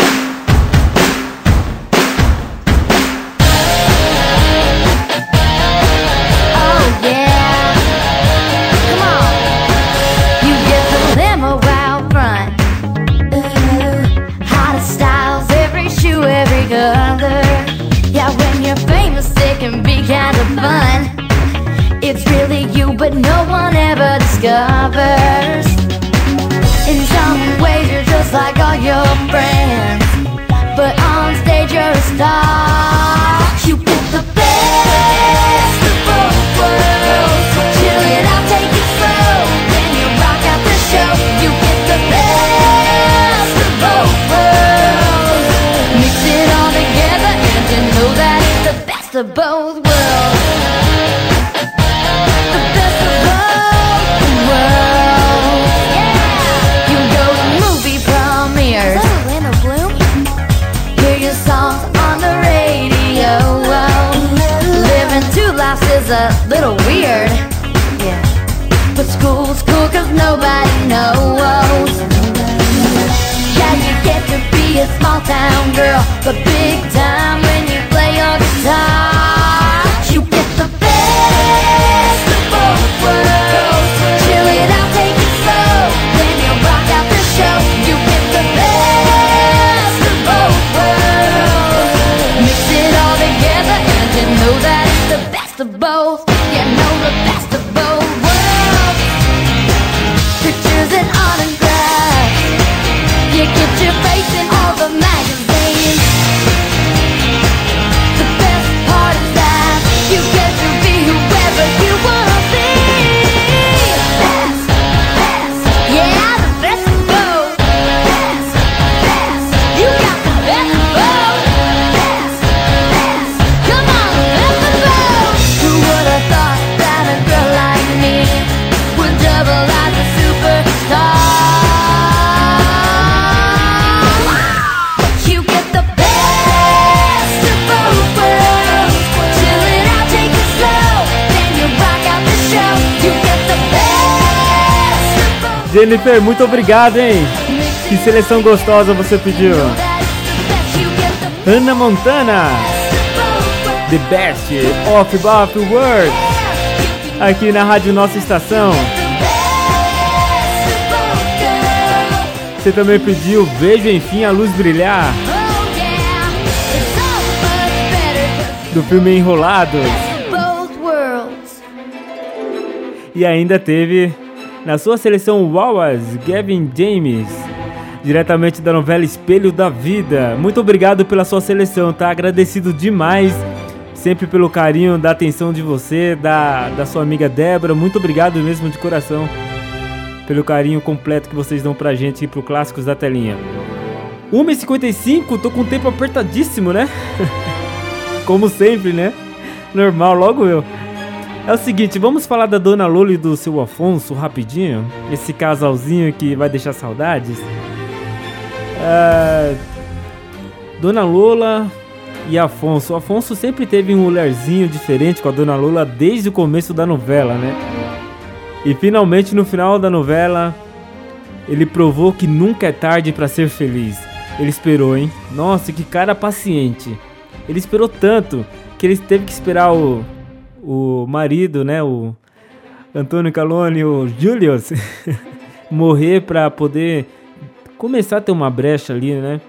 Speaker 8: Oh yeah, come on. You get the limo out front. Hottest styles, every shoe, every color. Yeah, when you're famous, it can be kind of fun. It's really you, but no one ever discovers. In some ways, you're just like all your friends, but on stage, you're a star. You get the best of both worlds. Chill it out, take it slow. When you rock out the show, you get the best of both worlds.
Speaker 7: of both worlds. The best of both worlds. Yeah. You go to movie premieres. Is that Orlando Bloom? Hear your songs on the radio. Living two lives is a little weird. Yeah. But school's cool 'cause nobody knows. Yeah, you get to be a small town girl, but big time when you play your guitar. You get the best of both worlds. Chill it out, take it slow, then you rock out the show. You get the best of both worlds. Mix it all together and you know that it's the best of both. You know the best of both worlds. Pictures and autographs. You get your face in all the magazines. The best part is that you get to be whoever you wanna be. Best, best, yeah, the best of both. Best, best, you got the best of both. Best, best, come on, the best of both. Who would have thought that a girl like me would double as a superstar?
Speaker 2: Jennifer, muito obrigado, hein? Que seleção gostosa você pediu. Hannah Montana, The Best of Both Worlds, aqui na Rádio Nossa Estação. Você também pediu Vejo Enfim a Luz Brilhar, do filme Enrolados. E ainda teve na sua seleção Wallace, Gavin James, diretamente da novela Espelho da Vida. Muito obrigado pela sua seleção, tá? Agradecido demais, sempre pelo carinho, da atenção de você, da sua amiga Débora. Muito obrigado mesmo de coração pelo carinho completo que vocês dão pra gente e pro Clássicos da Telinha. 1h55, tô com o tempo apertadíssimo, né? Como sempre, né? Normal, logo eu. É o seguinte, vamos falar da Dona Lola e do seu Afonso rapidinho. Esse casalzinho que vai deixar saudades. Dona Lola e Afonso. O Afonso sempre teve um olharzinho diferente com a Dona Lola desde o começo da novela, né? E finalmente no final da novela ele provou que nunca é tarde pra ser feliz. Ele esperou, hein? Nossa, que cara paciente. Ele esperou tanto que ele teve que esperar o marido, né, o Antônio Calone, o Julius, morrer para poder começar a ter uma brecha ali, né,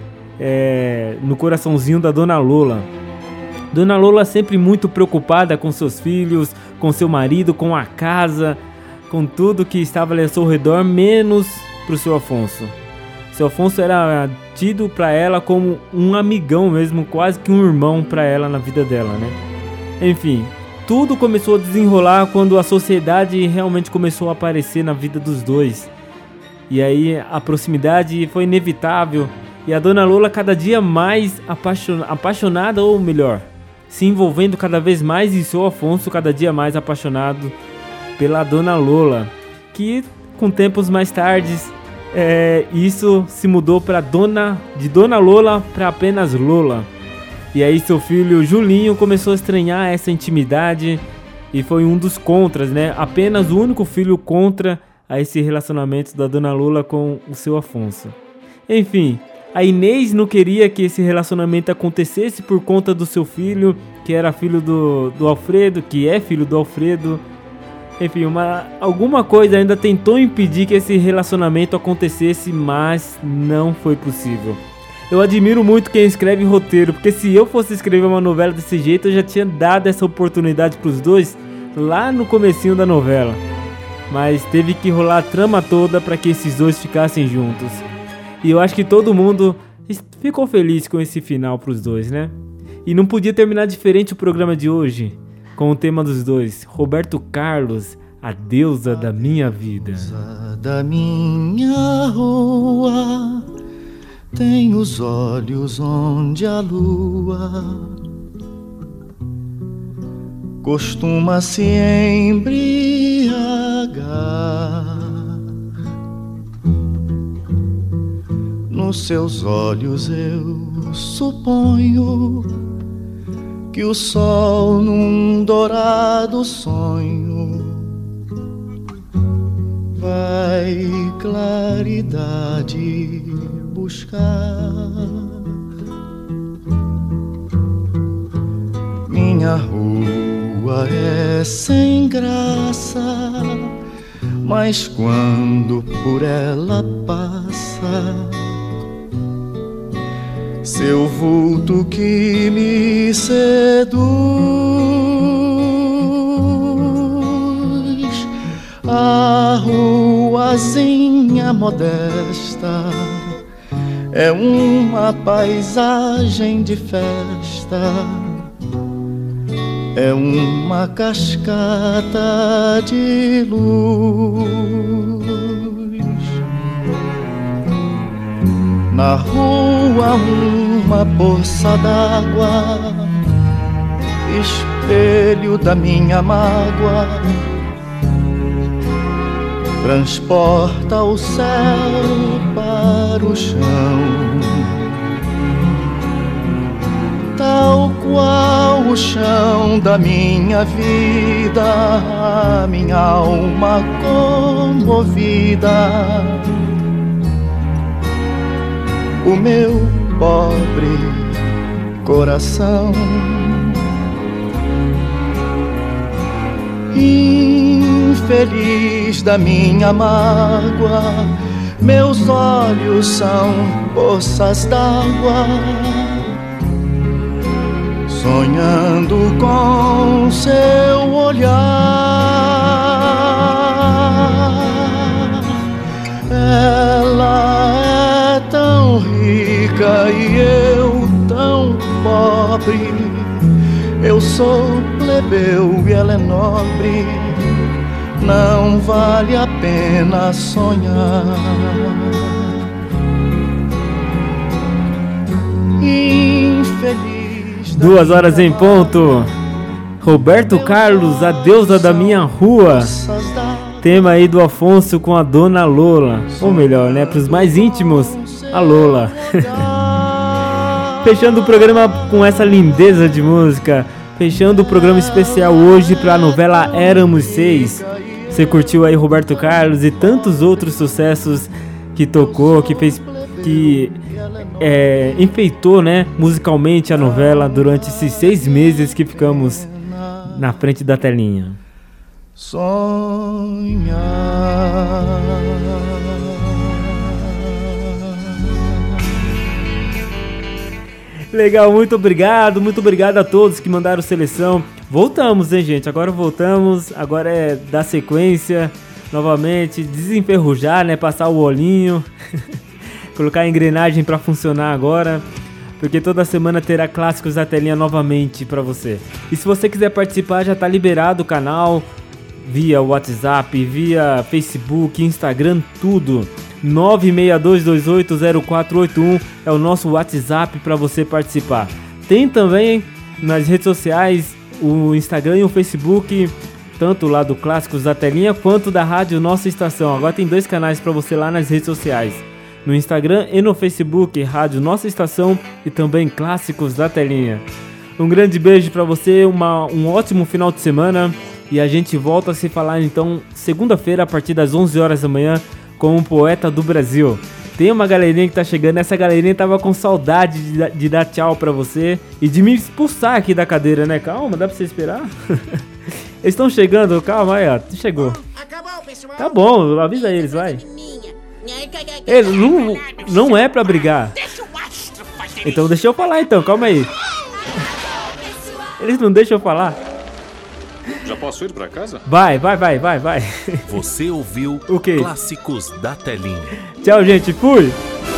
Speaker 2: no coraçãozinho da Dona Lola. Dona Lola sempre muito preocupada com seus filhos, com seu marido, com a casa, com tudo que estava ali ao seu redor, menos pro seu Afonso. Seu Afonso era tido para ela como um amigão mesmo, quase que um irmão para ela na vida dela, né. Enfim, tudo começou a desenrolar quando a sociedade realmente começou a aparecer na vida dos dois. E aí a proximidade foi inevitável. E a Dona Lola cada dia mais apaixonada, ou melhor, se envolvendo cada vez mais, e seu Afonso cada dia mais apaixonado pela Dona Lola. Que com tempos mais tardes, isso se mudou de Dona Lola para apenas Lola. E aí seu filho Julinho começou a estranhar essa intimidade e foi um dos contras, né? Apenas o único filho contra a esse relacionamento da Dona Lola com o seu Afonso. Enfim, a Inês não queria que esse relacionamento acontecesse por conta do seu filho, que era filho do Alfredo, que é filho do Alfredo. Enfim, alguma coisa ainda tentou impedir que esse relacionamento acontecesse, mas não foi possível. Eu admiro muito quem escreve roteiro, porque se eu fosse escrever uma novela desse jeito, eu já tinha dado essa oportunidade pros dois lá no comecinho da novela. Mas teve que rolar a trama toda para que esses dois ficassem juntos. E eu acho que todo mundo ficou feliz com esse final pros dois, né? E não podia terminar diferente o programa de hoje, com o tema dos dois, Roberto Carlos, a deusa da minha vida.
Speaker 10: A da minha rua tem os olhos onde a lua costuma se embriagar. Nos seus olhos eu suponho que o sol num dourado sonho vai claridade buscar. Minha rua é sem graça, mas quando por ela passa, seu vulto que me seduz, a ruazinha modesta é uma paisagem de festa, é uma cascata de luz. Na rua uma poça d'água, espelho da minha mágoa, transporta o céu para o chão, tal qual o chão da minha vida, a minha alma comovida, o meu pobre coração. Infeliz da minha mágoa, meus olhos são poças d'água, sonhando com seu olhar. Ela é tão rica e eu tão pobre, eu sou plebeu e ela é nobre, não vale a pena sonhar. Infeliz.
Speaker 2: 2 horas em ponto. Roberto Carlos, a deusa da minha rua. Tema aí do Afonso com a dona Lola. Ou melhor, né, para os mais íntimos, a Lola. Fechando o programa com essa lindeza de música. Fechando o programa especial hoje para a novela Éramos Seis. Você curtiu aí Roberto Carlos e tantos outros sucessos que tocou, que fez, que enfeitou, né, musicalmente a novela durante esses 6 meses que ficamos na frente da telinha.
Speaker 10: Sonhar.
Speaker 2: Legal, muito obrigado a todos que mandaram seleção. Voltamos, hein, gente? Agora voltamos, agora é dar sequência novamente, desenferrujar, né? Passar o olhinho, colocar a engrenagem pra funcionar agora, porque toda semana terá clássicos da telinha novamente pra você. E se você quiser participar, já tá liberado o canal, via WhatsApp, via Facebook, Instagram, tudo. 962280481 é o nosso WhatsApp para você participar. Tem também nas redes sociais o Instagram e o Facebook, tanto lá do Clássicos da Telinha quanto da Rádio Nossa Estação. Agora tem 2 canais para você lá nas redes sociais, no Instagram e no Facebook, Rádio Nossa Estação e também Clássicos da Telinha. Um grande beijo para você, um ótimo final de semana e a gente volta a se falar então segunda-feira a partir das 11 horas da manhã com um poeta do Brasil. Tem uma galerinha que tá chegando, essa galerinha tava com saudade de dar tchau pra você e de me expulsar aqui da cadeira, né? Calma, dá pra você esperar? Eles estão chegando, calma aí, ó, chegou. Tá bom, avisa eles, vai. Não é pra brigar. Então deixa eu falar então, calma aí. Eles não deixam eu falar.
Speaker 12: Já posso ir pra casa?
Speaker 2: Vai.
Speaker 5: Você ouviu
Speaker 2: o quê?
Speaker 5: Clássicos da Telinha.
Speaker 2: Tchau, gente. Fui.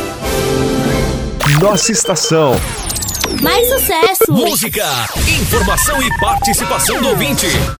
Speaker 1: Nossa Estação.
Speaker 3: Mais sucesso.
Speaker 4: Música, informação e participação do ouvinte.